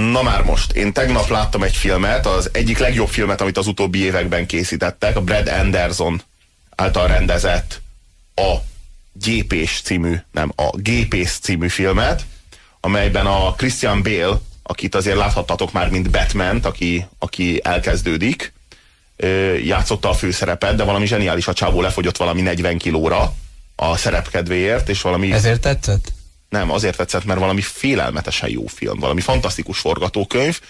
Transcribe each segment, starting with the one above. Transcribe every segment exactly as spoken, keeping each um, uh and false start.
Na már most, én tegnap láttam egy filmet, az egyik legjobb filmet, amit az utóbbi években készítettek, a Brad Anderson által rendezett a Gépész című, nem, a Gépész című filmet, amelyben a Christian Bale, akit azért láthattatok már, mint Batman-t, aki, aki elkezdődik, játszotta a főszerepet, de valami zseniális, a csávó lefogyott valami negyven kilóra a szerepkedvéért, és valami... Ezért tetszett? Nem, azért tetszett, mert valami félelmetesen jó film, valami fantasztikus forgatókönyv,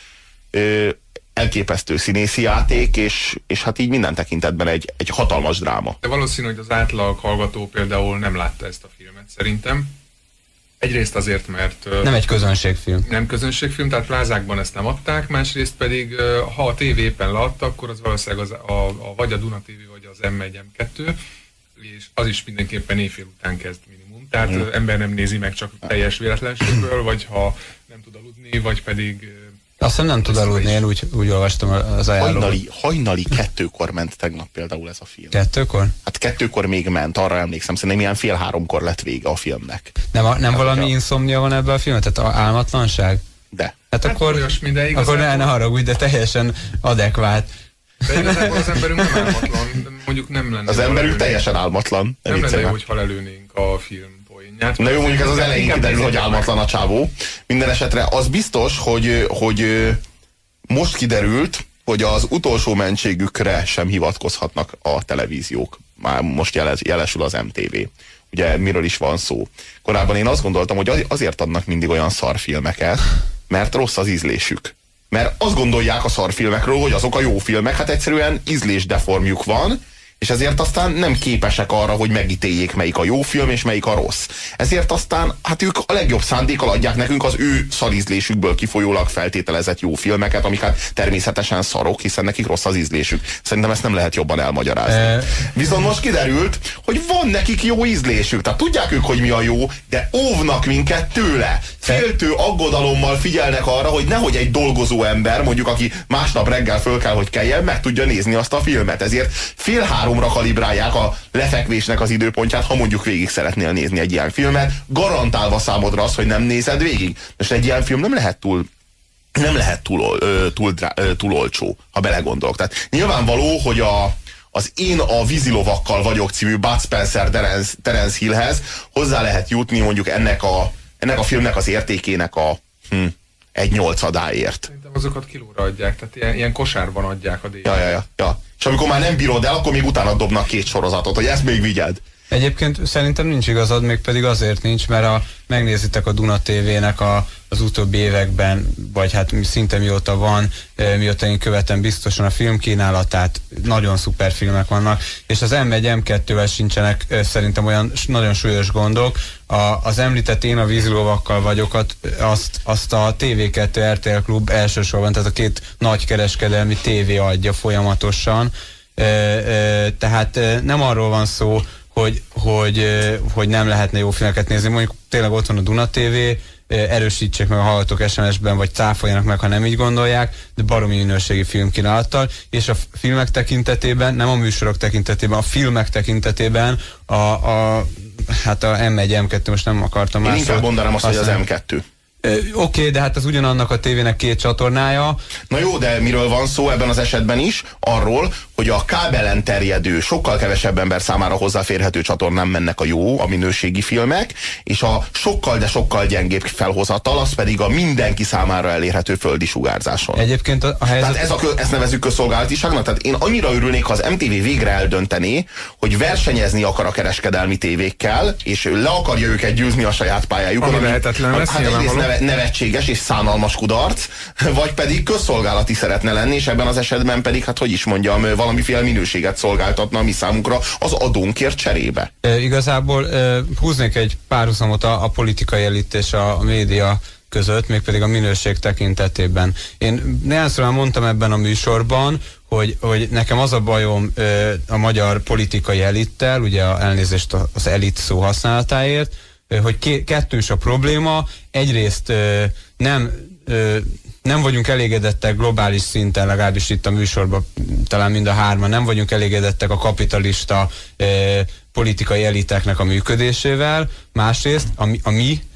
elképesztő színészi játék, és, és hát így minden tekintetben egy, egy hatalmas dráma. De valószínű, hogy az átlag hallgató például nem látta ezt a filmet, szerintem. Egyrészt azért, mert... Nem egy közönségfilm. Nem közönségfilm, tehát plázákban ezt nem adták, másrészt pedig, ha a tévé éppen leadta, akkor az valószínűleg az, a, a, vagy a Duna té vé, vagy az em egy em kettő, és az is mindenképpen éjfél után kezd minimum. Tehát mm. ember nem nézi meg csak teljes véletlenségből, vagy ha nem tud aludni, vagy pedig... Azt hiszem nem tud aludni, én úgy, úgy olvastam az ajánlót. Hajnali, hajnali kettőkor ment tegnap például ez a film. Kettőkor? Hát kettőkor még ment, arra emlékszem, szerintem ilyen fél háromkor lett vége a filmnek. Nem, a, nem hát, valami ja. inszomnia van ebben a filmet? Tehát álmatlanság? De. Hát, hát akkor, olyasmi, de akkor ne, ne haragudj, de teljesen adekvát. De igazából az emberünk nem álmatlan, mondjuk nem lenne. Az emberünk teljesen álmatlan. Nem, nem lenne jó, hogyha lelőnénk a film. Na jó, mondjuk ez az elején kiderül, hogy álmatlan a csávó. Minden esetre az biztos, hogy, hogy most kiderült, hogy az utolsó mentségükre sem hivatkozhatnak a televíziók. Már most jelez, jelesül az em té vé. Ugye miről is van szó? Korábban én azt gondoltam, hogy azért adnak mindig olyan szarfilmeket, mert rossz az ízlésük. Mert azt gondolják a szarfilmekről, hogy azok a jó filmek, hát egyszerűen ízlésdeformjuk van, és ezért aztán nem képesek arra, hogy megítéljék, melyik a jó film, és melyik a rossz. Ezért aztán, hát ők a legjobb szándékkal adják nekünk az ő szarízlésükből kifolyólag feltételezett jó filmeket, amik hát természetesen szarok, hiszen nekik rossz az ízlésük. Szerintem ezt nem lehet jobban elmagyarázni. Viszont most kiderült, hogy van nekik jó ízlésük. Tehát tudják ők, hogy mi a jó, de óvnak minket tőle. Féltő aggodalommal figyelnek arra, hogy nehogy egy dolgozó ember, mondjuk aki másnap reggel föl kell, hogy keljen, meg tudja nézni azt a filmet. Ezért fél háromra kalibrálják a lefekvésnek az időpontját, ha mondjuk végig szeretnél nézni egy ilyen filmet, garantálva számodra az, hogy nem nézed végig. Most egy ilyen film nem lehet túl nem lehet túl, túl, túl, túl olcsó, ha belegondolok. Tehát nyilvánvaló, hogy a az Én a vízilovakkal vagyok című Bud Spencer Terence, Terence Hillhez hozzá lehet jutni mondjuk ennek a, ennek a filmnek az értékének a hm, egy nyolcadáért. Szerintem azokat kilóra adják, tehát ilyen, ilyen kosárban adják a díjat. Ja, ja, ja, ja. És amikor már nem bírod el, akkor még utána dobnak két sorozatot, hogy ezt még vigyed. Egyébként szerintem nincs igazad, még pedig azért nincs, mert a, megnézitek a Duna té vének a, az utóbbi években, vagy hát szinte mióta van, mióta én követem biztosan a filmkínálatát, nagyon szuper filmek vannak, és az em egy em kettővel sincsenek szerintem olyan nagyon súlyos gondok. A, az említett Én a vízilovakkal vagyokat, azt, azt a té vé kettő er té el Klub elsősorban, tehát a két nagy kereskedelmi tévé adja folyamatosan, e, e, tehát nem arról van szó, Hogy, hogy, hogy nem lehetne jó filmeket nézni. Mondjuk tényleg ott van a Duna té vé, erősítsék meg a hallgatók es em es-ben, vagy cáfoljanak meg, ha nem így gondolják, de baromi minőségi filmkínálattal, és a filmek tekintetében, nem a műsorok tekintetében, a filmek tekintetében a, a hát a em egy em kettő, most nem akartam már. Én másról, inkább mondanám azt, hogy az em kettő. Oké, okay, de hát az ugyanannak a tévének két csatornája. Na jó, de miről van szó ebben az esetben is? Arról, hogy a kábelen terjedő, sokkal kevesebb ember számára hozzáférhető csatornán mennek a jó, a minőségi filmek, és a sokkal, de sokkal gyengébb felhozatal, az pedig a mindenki számára elérhető földi sugárzáson. Egyébként a, a helyzet... Tehát ez a, ezt nevezzük közszolgálatiságnak, tehát én annyira örülnék, ha az em té vé végre eldöntené, hogy versenyezni akar a kereskedelmi tévékkel, és le akarja őket győzni a saját pályájukon. Ami lehetetlen lesz, hát egyrészt neve, nevetséges és szánalmas kudarc, vagy pedig közszolgálati szeretne lenni, és ebben az esetben pedig, hát hogy is mondjam, valamiféle minőséget szolgáltatna a mi számunkra az adónkért cserébe. E, igazából e, húznék egy párhuzamot a, a politikai elit és a, a média között, mégpedig a minőség tekintetében. Én néhányszor mondtam ebben a műsorban, hogy, hogy nekem az a bajom e, a magyar politikai elittel, ugye a elnézést az elit szó használatáért, hogy ké, kettős a probléma. Egyrészt ö, nem, ö, nem vagyunk elégedettek globális szinten, legalábbis itt a műsorban talán mind a hárman, nem vagyunk elégedettek a kapitalista ö, politikai eliteknek a működésével. Másrészt a, a mi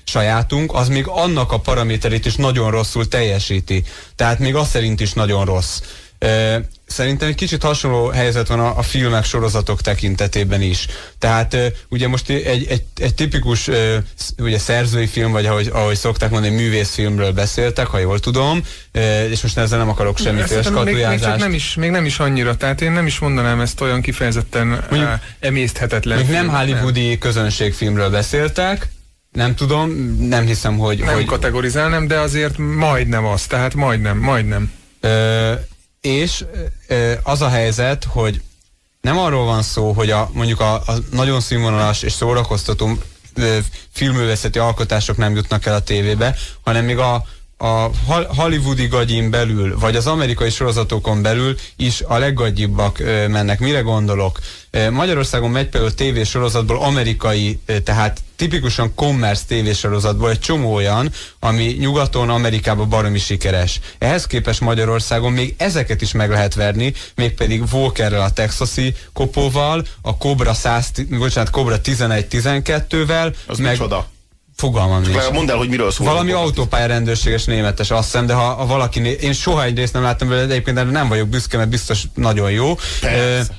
sajátunk, az még annak a paraméterét is nagyon rosszul teljesíti. Tehát még az szerint is nagyon rossz. Szerintem egy kicsit hasonló helyzet van a, a filmek, sorozatok tekintetében is. Tehát ugye most egy, egy, egy tipikus ugye szerzői film, vagy ahogy, ahogy szokták mondani, művészfilmről beszéltek, ha jól tudom, és most ezzel nem akarok semmiféle skatujázást. Még, még, nem is, még nem is annyira, tehát én nem is mondanám ezt olyan kifejezetten mondjuk, emészthetetlen. Még film, nem hollywoodi nem. közönségfilmről beszéltek, nem tudom, nem hiszem, hogy... Nem hogy... kategorizálnám, de azért majdnem az, tehát majdnem, majdnem. Ö, és az a helyzet, hogy nem arról van szó, hogy a, mondjuk a, a nagyon színvonalas és szórakoztató filmművészeti alkotások nem jutnak el a tévébe, hanem még a, a hollywoodi gagyin belül, vagy az amerikai sorozatokon belül is a leggagyibbak mennek. Mire gondolok? Magyarországon megy például tévésorozatból amerikai, tehát tipikusan commerce tévésorozatból egy csomó olyan, ami nyugaton, Amerikában baromi sikeres. Ehhez képest Magyarországon még ezeket is meg lehet verni, mégpedig Walkerrel, a texasi kopóval, a Cobra, száz, bocsánat, Cobra tizenegy tizenkettővel, az meg... micsoda? Fogalmam nincs. Mondd el, hogy miről szól. Valami autópályarendőrséges németes, azt hiszem, de ha, ha valaki... Né... Én soha egyrészt nem láttam vele, de egyébként nem vagyok büszke, mert biztos nagyon jó. Persze.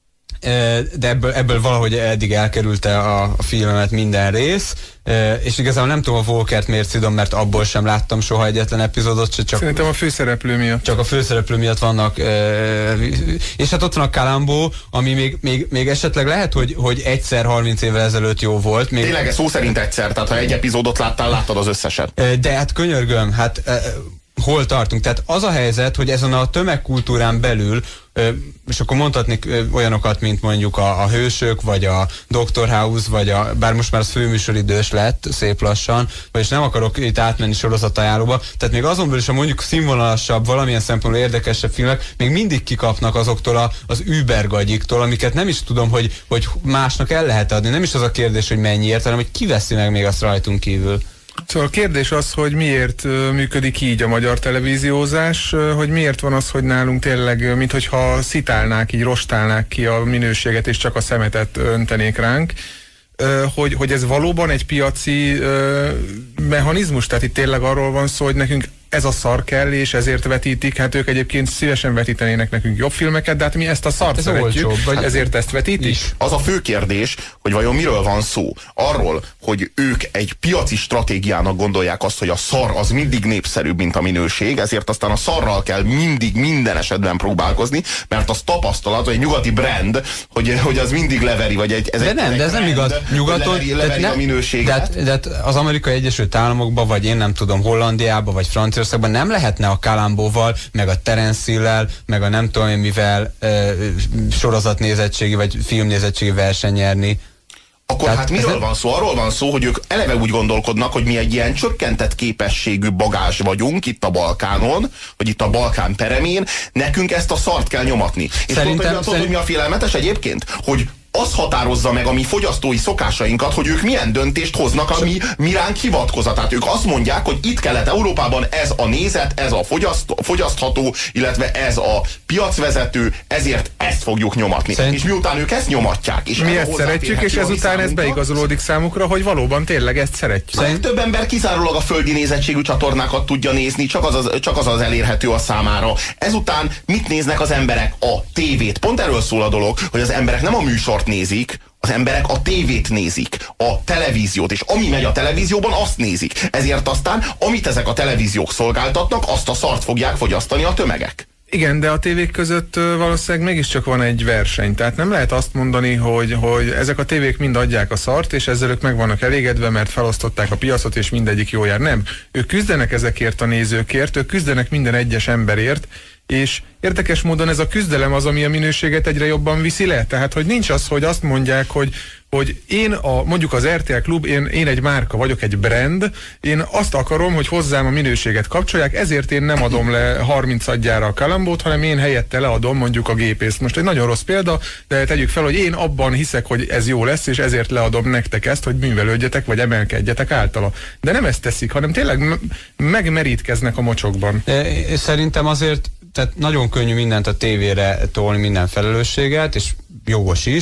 De ebből, ebből valahogy eddig elkerülte a, a filmemet minden rész, és igazából nem tudom a Walkert miért szidom, mert abból sem láttam soha egyetlen epizódot. Csak, Szerintem a főszereplő miatt. Csak a főszereplő miatt vannak, és hát ott van a Columbo, ami még, még, még esetleg lehet, hogy, hogy egyszer harminc évvel ezelőtt jó volt. Még... Tényleg, szó szerint egyszer, tehát ha egy epizódot láttál, láttad az összeset. De hát könyörgöm, hát hol tartunk? Tehát az a helyzet, hogy ezen a tömegkultúrán belül, és akkor mondhatnék olyanokat, mint mondjuk a, a Hősök, vagy a doktor House, vagy a, bár most már az főműsoridős lett szép lassan, vagyis nem akarok itt átmenni sorozatajánlóba, tehát még azon belül is, ha mondjuk színvonalasabb, valamilyen szempontból érdekesebb filmek, még mindig kikapnak azoktól a, az übergagyiktól, amiket nem is tudom, hogy, hogy másnak el lehet adni. Nem is az a kérdés, hogy mennyiért, hanem hogy ki veszi meg még azt rajtunk kívül. Szóval a kérdés az, hogy miért uh, működik így a magyar televíziózás, uh, hogy miért van az, hogy nálunk tényleg, uh, minthogyha szitálnák, így rostálnák ki a minőséget, és csak a szemetet öntenék ránk, uh, hogy, hogy ez valóban egy piaci uh, mechanizmus, tehát itt tényleg arról van szó, hogy nekünk ez a szar kell, és ezért vetítik, hát ők egyébként szívesen vetítenének nekünk jobb filmeket, de hát mi ezt a szart hát szeretjük, olcsóbb, vagy hát ezért ezt vetítik? Is. Az a fő kérdés, hogy vajon miről van szó? Arról, hogy ők egy piaci stratégiának gondolják azt, hogy a szar az mindig népszerűbb, mint a minőség, ezért aztán a szarral kell mindig minden esetben próbálkozni, mert az tapasztalat, vagy egy nyugati brand, hogy, hogy az mindig leveri, vagy egy... Ez de egy, nem, de ez nem igaz. Nyugaton, leveri, leveri nem, a minőséget. De, de az Amerikai Egyesült Államokban, vagy én nem tudom, Hollandiában, vagy Franciaországban nem lehetne a Columboval, meg a Terence Hill-lel, meg a nem tudom én mivel e, sorozatnézettségi, vagy filmnézettségi verseny nyerni. Akkor Tehát hát miről nem... van szó? Arról van szó, hogy ők eleve úgy gondolkodnak, hogy mi egy ilyen csökkentett képességű bagázs vagyunk itt a Balkánon, vagy itt a Balkán peremén, nekünk ezt a szart kell nyomatni. Szerintem, és tudod, hogy, hogy mi a félelmetes egyébként? Hogy az határozza meg a mi fogyasztói szokásainkat, hogy ők milyen döntést hoznak, ami mi ránk hivatkozat. Tehát ők azt mondják, hogy itt Kelet-Európában ez a nézet, ez a fogyasztó, fogyasztható, illetve ez a piacvezető, ezért ezt fogjuk nyomatni. Szerint... És miután ők ezt nyomatják, és mi ezt szeretjük, és ezután ez beigazolódik számukra, hogy valóban tényleg ezt szeretjük. Szerint... Több ember kizárólag a földi nézettségű csatornákat tudja nézni, csak az az, csak az az elérhető a számára. Ezután mit néznek az emberek? A tévét. Pont erről szól a dolog, hogy az emberek nem a műsort nézik, az emberek a tévét nézik, a televíziót, és ami megy a televízióban, azt nézik. Ezért aztán, amit ezek a televíziók szolgáltatnak, azt a szart fogják fogyasztani a tömegek. Igen, de a tévék között valószínűleg mégiscsak van egy verseny. Tehát nem lehet azt mondani, hogy, hogy ezek a tévék mind adják a szart, és ezzel ők meg vannak elégedve, mert felosztották a piacot, és mindegyik jól jár. Nem. Ők küzdenek ezekért a nézőkért, ők küzdenek minden egyes emberért, és érdekes módon ez a küzdelem az, ami a minőséget egyre jobban viszi le. Tehát, hogy nincs az, hogy azt mondják, hogy, hogy én a, mondjuk az er té el Klub, én, én egy márka vagyok, egy brand, én azt akarom, hogy hozzám a minőséget kapcsolják, ezért én nem adom le harmincadjára a Columbo-t, hanem én helyette leadom mondjuk a gépészt. Most egy nagyon rossz példa, de tegyük fel, hogy én abban hiszek, hogy ez jó lesz, és ezért leadom nektek ezt, hogy művelődjetek, vagy emelkedjetek általa. De nem ezt teszik, hanem tényleg megmerítkeznek a mocsokban. Szerintem azért tehát nagyon könnyű mindent a tévére tolni, minden felelősséget, és jogos is,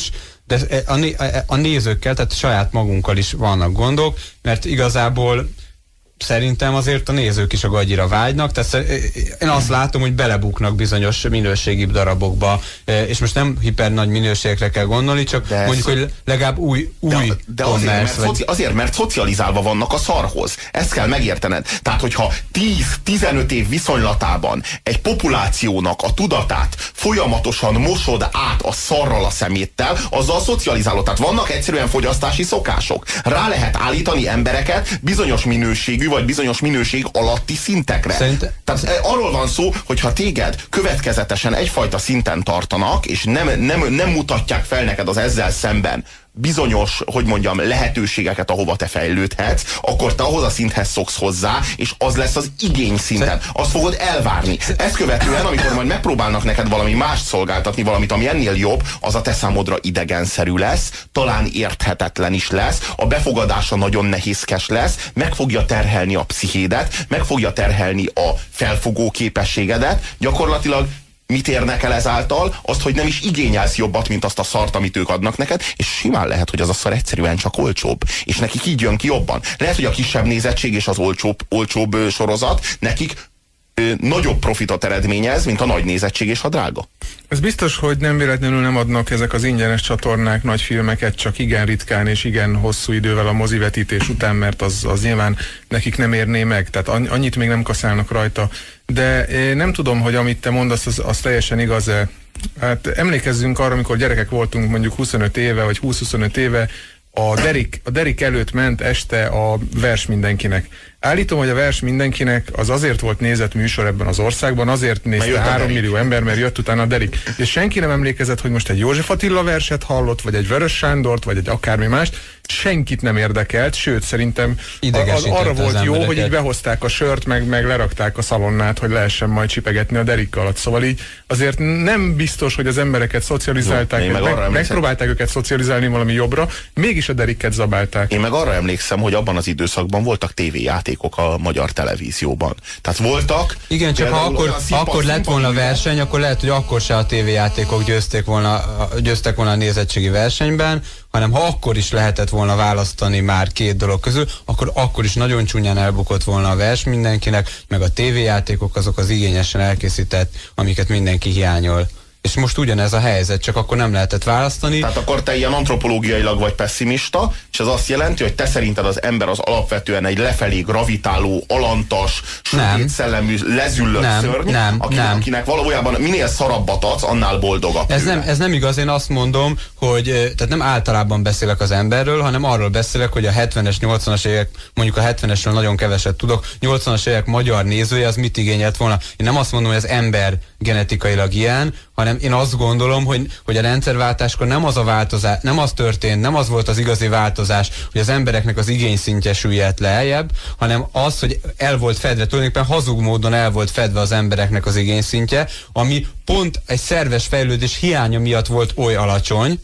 de a, a nézőkkel, tehát saját magunkkal is vannak gondok, mert igazából szerintem azért a nézők is a gagyira vágynak, tehát én azt látom, hogy belebuknak bizonyos minőségi darabokba, és most nem hiper nagy minőségekre kell gondolni, csak de mondjuk, ez... hogy legalább új, új de, de azért, mert vagy... szoci, azért, mert szocializálva vannak a szarhoz. Ezt kell megértened. Tehát, hogyha tíz-tizenöt év viszonylatában egy populációnak a tudatát folyamatosan mosod át a szarral a szeméttel, azzal szocializálod. Tehát vannak egyszerűen fogyasztási szokások. Rá lehet állítani embereket bizonyos minőségű vagy bizonyos minőség alatti szintekre. Szerint... Tehát arról van szó, hogy ha téged következetesen egyfajta szinten tartanak, és nem, nem, nem mutatják fel neked az ezzel szemben bizonyos, hogy mondjam, lehetőségeket, ahova te fejlődhetsz, akkor te ahhoz a szinthez szoksz hozzá, és az lesz az igény szinten. Azt fogod elvárni. Ezt követően, amikor majd megpróbálnak neked valami mást szolgáltatni, valamit, ami ennél jobb, az a te számodra idegenszerű lesz, talán érthetetlen is lesz, a befogadása nagyon nehézkes lesz, meg fogja terhelni a pszichédet, meg fogja terhelni a felfogó képességedet, gyakorlatilag mit érnek el ezáltal? Azt, hogy nem is igényelsz jobbat, mint azt a szart, amit ők adnak neked, és simán lehet, hogy az a szar egyszerűen csak olcsóbb, és nekik így jön ki jobban. Lehet, hogy a kisebb nézettség és az olcsóbb, olcsóbb sorozat nekik ö, nagyobb profitot eredményez, mint a nagy nézettség és a drága. Ez biztos, hogy nem véletlenül nem adnak ezek az ingyenes csatornák nagy filmeket, csak igen ritkán és igen hosszú idővel a mozivetítés után, mert az, az nyilván nekik nem érné meg, tehát annyit még nem kaszálnak rajta. De nem tudom, hogy amit te mondasz, az, az teljesen igaz-e. Hát emlékezzünk arra, amikor gyerekek voltunk mondjuk huszonöt éve, vagy húsz-huszonöt éve, a Derik, a Derik előtt ment este a Vers mindenkinek. Állítom, hogy a Vers mindenkinek az azért volt nézett műsor ebben az országban, azért nézte három millió ember, mert jött utána a Derik. És senki nem emlékezett, hogy most egy József Attila verset hallott, vagy egy Vörös Sándort, vagy egy akármi mást. Senkit nem érdekelt, sőt, szerintem az arra volt jó, hogy így behozták a sört, meg, meg lerakták a szalonnát, hogy lehessen majd csipegetni a Derik alatt. Szóval így azért nem biztos, hogy az embereket szocializálták, jó, meg, meg megpróbálták őket szocializálni valami jobbra, mégis a Deriket zabálták. Én meg arra emlékszem, hogy abban az időszakban voltak tévéjátékok a magyar televízióban. Tehát voltak... Igen, csak ha akkor, színpad, akkor lett volna verseny, akkor lehet, hogy akkor se a tévéjátékok győzték volna, győztek volna a nézettségi versenyben, hanem ha akkor is lehetett volna választani már két dolog közül, akkor akkor is nagyon csúnyán elbukott volna a vers mindenkinek, meg a tévéjátékok azok az igényesen elkészített, amiket mindenki hiányol. És most ugyanez a helyzet, csak akkor nem lehetett választani. Tehát akkor te ilyen antropológiailag vagy pessimista, és ez azt jelenti, hogy te szerinted az ember az alapvetően egy lefelé gravitáló, alantas, sötét szellemű, lezüllött nem, szörny, nem, akinek, nem. akinek valójában minél szarabbat adsz, annál boldogabb. Ez nem, ez nem igaz, én azt mondom, hogy tehát nem általában beszélek az emberről, hanem arról beszélek, hogy a hetvenes, nyolcvanas évek, mondjuk a hetvenesről nagyon keveset tudok, nyolcvanas évek magyar nézője az mit igényelt volna. Én nem azt mondom, hogy az ember genetikailag ilyen, hanem én azt gondolom, hogy, hogy a rendszerváltáskor nem az a változás, nem az történt, nem az volt az igazi változás, hogy az embereknek az igényszintje süllyedt lejjebb, hanem az, hogy el volt fedve, tulajdonképpen hazug módon el volt fedve az embereknek az igényszintje, ami pont egy szerves fejlődés hiánya miatt volt oly alacsony,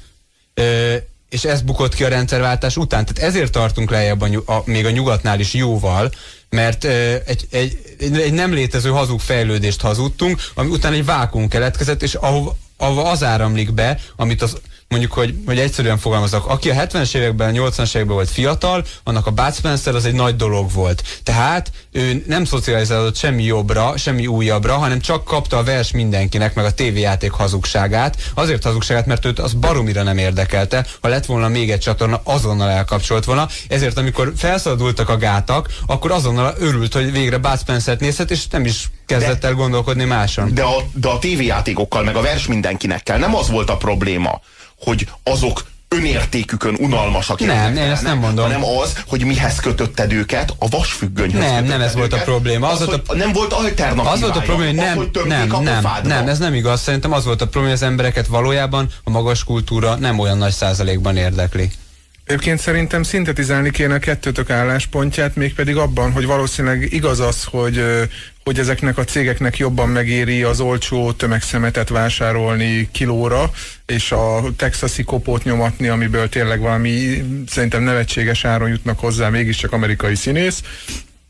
ö, és ez bukott ki a rendszerváltás után. Tehát ezért tartunk lejjebb a, a, még a nyugatnál is jóval, mert uh, egy, egy, egy nem létező hazug fejlődést hazudtunk, ami után egy vákuum keletkezett, és ahova, ahova az áramlik be, amit az, mondjuk, hogy, hogy egyszerűen fogalmazok, aki a hetvenes években, nyolcvanas években volt fiatal, annak a Bud Spencer az egy nagy dolog volt. Tehát ő nem szocializálódott semmi jobbra, semmi újabbra, hanem csak kapta a vers mindenkinek, meg a tévéjáték hazugságát. Azért hazugságát, mert őt az baromira nem érdekelte. Ha lett volna még egy csatorna, azonnal elkapcsolt volna. Ezért, amikor felszabadultak a gátak, akkor azonnal örült, hogy végre Bud Spencert nézhet, és nem is kezdett el gondolkodni máson. De a, de a tévéjátékokkal, meg a vers mindenkinekkel nem az volt a probléma, hogy azok önértékükön unalmasak. Nem, én ezt nem mondom. Hanem az, hogy mihez kötötted őket, a vasfüggönyhöz. Nem, nem ez volt a probléma. Az, az, volt a, nem volt alternatívája. Az volt a probléma, hogy nem, az, nem, nem, nem, ez nem igaz. Szerintem az volt a probléma, hogy az embereket valójában a magas kultúra nem olyan nagy százalékban érdekli. Egyébként szerintem szintetizálni kéne a kettőtök álláspontját, mégpedig abban, hogy valószínűleg igaz az, hogy, hogy ezeknek a cégeknek jobban megéri az olcsó tömegszemetet vásárolni kilóra, és a texasi kopót nyomatni, amiből tényleg valami szerintem nevetséges áron jutnak hozzá, mégiscsak amerikai színész.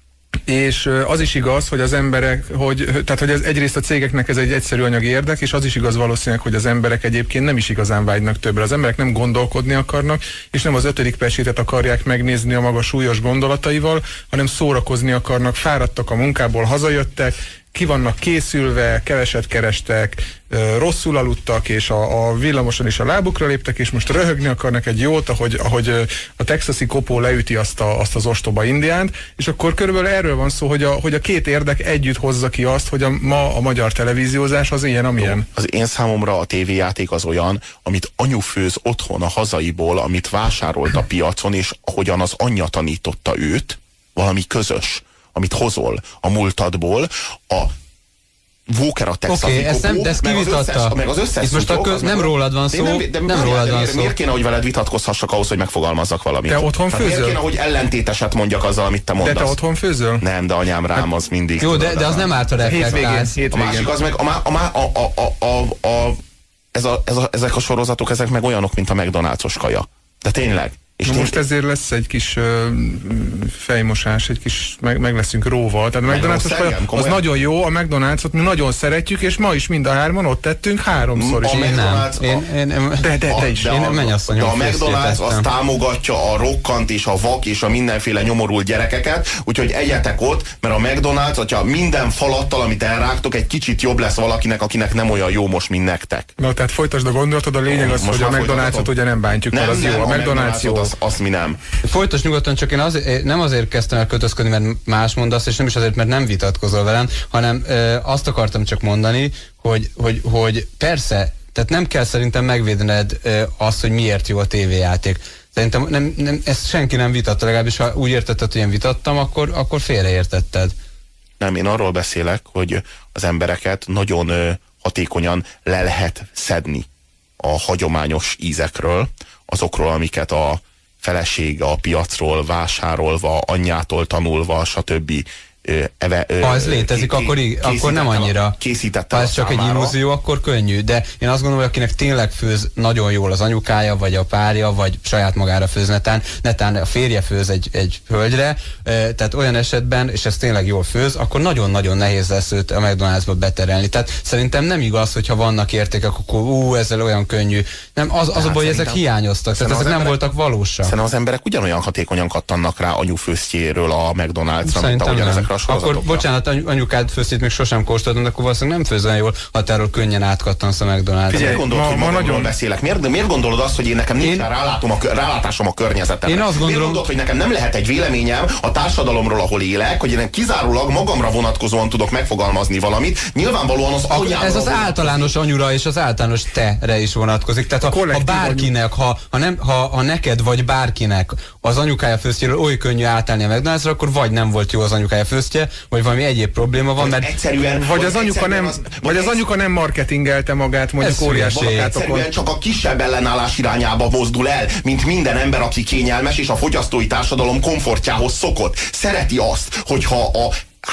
és az is igaz, hogy az emberek, hogy, tehát hogy ez egyrészt a cégeknek ez egy egyszerű anyagi érdek, és az is igaz valószínűleg, hogy az emberek egyébként nem is igazán vágynak többre. Az emberek nem gondolkodni akarnak, és nem az ötödik Pestsétet akarják megnézni a maga súlyos gondolataival, hanem szórakozni akarnak, fáradtak a munkából, hazajöttek, ki vannak készülve, keveset kerestek, rosszul aludtak, és a, a villamoson is a lábukra léptek, és most röhögni akarnak egy jót, ahogy, ahogy a texasi kopó leüti azt, a, azt az ostoba indiánt, és akkor körülbelül erről van szó, hogy a, hogy a két érdek együtt hozza ki azt, hogy a, ma a magyar televíziózás az ilyen, amilyen. Az én számomra a tévéjáték az olyan, amit anyu főz otthon a hazaiból, amit vásárolt a piacon, és ahogyan az anyja tanította őt, valami közös, amit hozol a múltadból, a Walker a texasi Oké, okay, ezt nem, de ezt kivitatta. Meg az összes itt most a köz, nem rólad van szó, nem, de nem rólad de van miért, szó. Miért kéne, hogy veled vitatkozhassak ahhoz, hogy megfogalmazzak valamit? Te otthon főzöl? Miért kéne, hogy ellentéteset mondjak azzal, amit te mondasz? De te otthon főzöl? Nem, de anyám rám az mindig. Jó, de, de az nem árt a reflektálsz. A másik az meg, a, a, a, a, a, a, a, ez a, ez a, ezek a sorozatok, ezek meg olyanok, mint a McDonald's-os kaja. De tényleg. És Na most ezért lesz egy kis uh, fejmosás, egy kis, meg, meg leszünk róval. Tehát a McDonald's az nagyon jó, a McDonald's-ot mi nagyon szeretjük, és ma is mind a hárman ott tettünk háromszor is. Én nem. Én, én, én, de, de te is. De én a, mennyasszonyom de a McDonald's az támogatja a rokkant és a vak és a mindenféle nyomorult gyerekeket, úgyhogy egyetek ott, mert a McDonald's, hogyha minden falattal, amit elrágtok, egy kicsit jobb lesz valakinek, akinek nem olyan jó most, mint nektek. Na, tehát folytasd a gondolatod, a lényeg az, hogy a McDonald's-ot ugye nem bántjuk, mert az jó. A McDonald's jó. Az, azt mi nem. Folytos nyugodtan, csak én azért, nem azért kezdtem el kötözködni, mert más mondasz, és nem is azért, mert nem vitatkozol velem, hanem ö, azt akartam csak mondani, hogy, hogy, hogy persze, tehát nem kell szerintem megvédened ö, azt, hogy miért jó a tévéjáték. Szerintem nem, nem, ezt senki nem vitatta, legalábbis ha úgy értetted, hogy én vitattam, akkor, akkor félreértetted. Nem, én arról beszélek, hogy az embereket nagyon ö, hatékonyan le lehet szedni a hagyományos ízekről, azokról, amiket a felesége a piacról vásárolva, anyjától tanulva, stb. Eve, ha ez létezik, ké, akkor, így, akkor nem annyira. Készítette ha ez csak számára. Egy illúzió, akkor könnyű. De én azt gondolom, hogy akinek tényleg főz nagyon jól az anyukája, vagy a párja, vagy saját magára főz netán, netán a férje főz egy, egy hölgyre, tehát olyan esetben, és ez tényleg jól főz, akkor nagyon-nagyon nehéz lesz őt a McDonald'sba beterelni. Tehát szerintem nem igaz, hogyha vannak értékek, akkor ú, ezzel olyan könnyű. Nem, az, az a baj, hogy ezek hiányoztak, tehát ezek nem voltak valósak. Szerintem az emberek ugyanolyan hatékonyan kattannak rá anyufőztjéről a McDonald'sra, mint ahogyan ezekre a sorozatokra. Akkor bocsánat, anyukád főztét még sosem kóstoltam, de akkor valószínűleg nem főz olyan jól, határól könnyen átkattansz a McDonald's-ra. Miért gondolod, ma, hogy ma nagyon beszélek? Miért, miért gondolod azt, hogy én nekem nincs én... rálátom a, rálátásom a környezetemre? Én azt gondolom... Miért gondolod, hogy nekem nem lehet egy véleményem a társadalomról, ahol élek, hogy én kizárólag magamra vonatkozóan tudok megfogalmazni valamit? Nyilvánvalóan az anyámra Ez az általános anyura és az általános te-re is vonatkozik. Tehát ha, ha bárkinek, ha, ha, nem, ha, ha neked vagy bárkinek az anyukája főztjéről oly könnyű átállni a McDonald's-ra, akkor vagy nem volt jó az anyukája főztje, vagy valami egyéb probléma van, mert egyszerűen, vagy az anyuka nem, az, vagy az anyuka nem marketingelte magát, mondjuk óriás plakátokon. Egyszerűen csak a kisebb ellenállás irányába mozdul el, mint minden ember, aki kényelmes és a fogyasztói társadalom komfortjához szokott. Szereti azt, hogyha a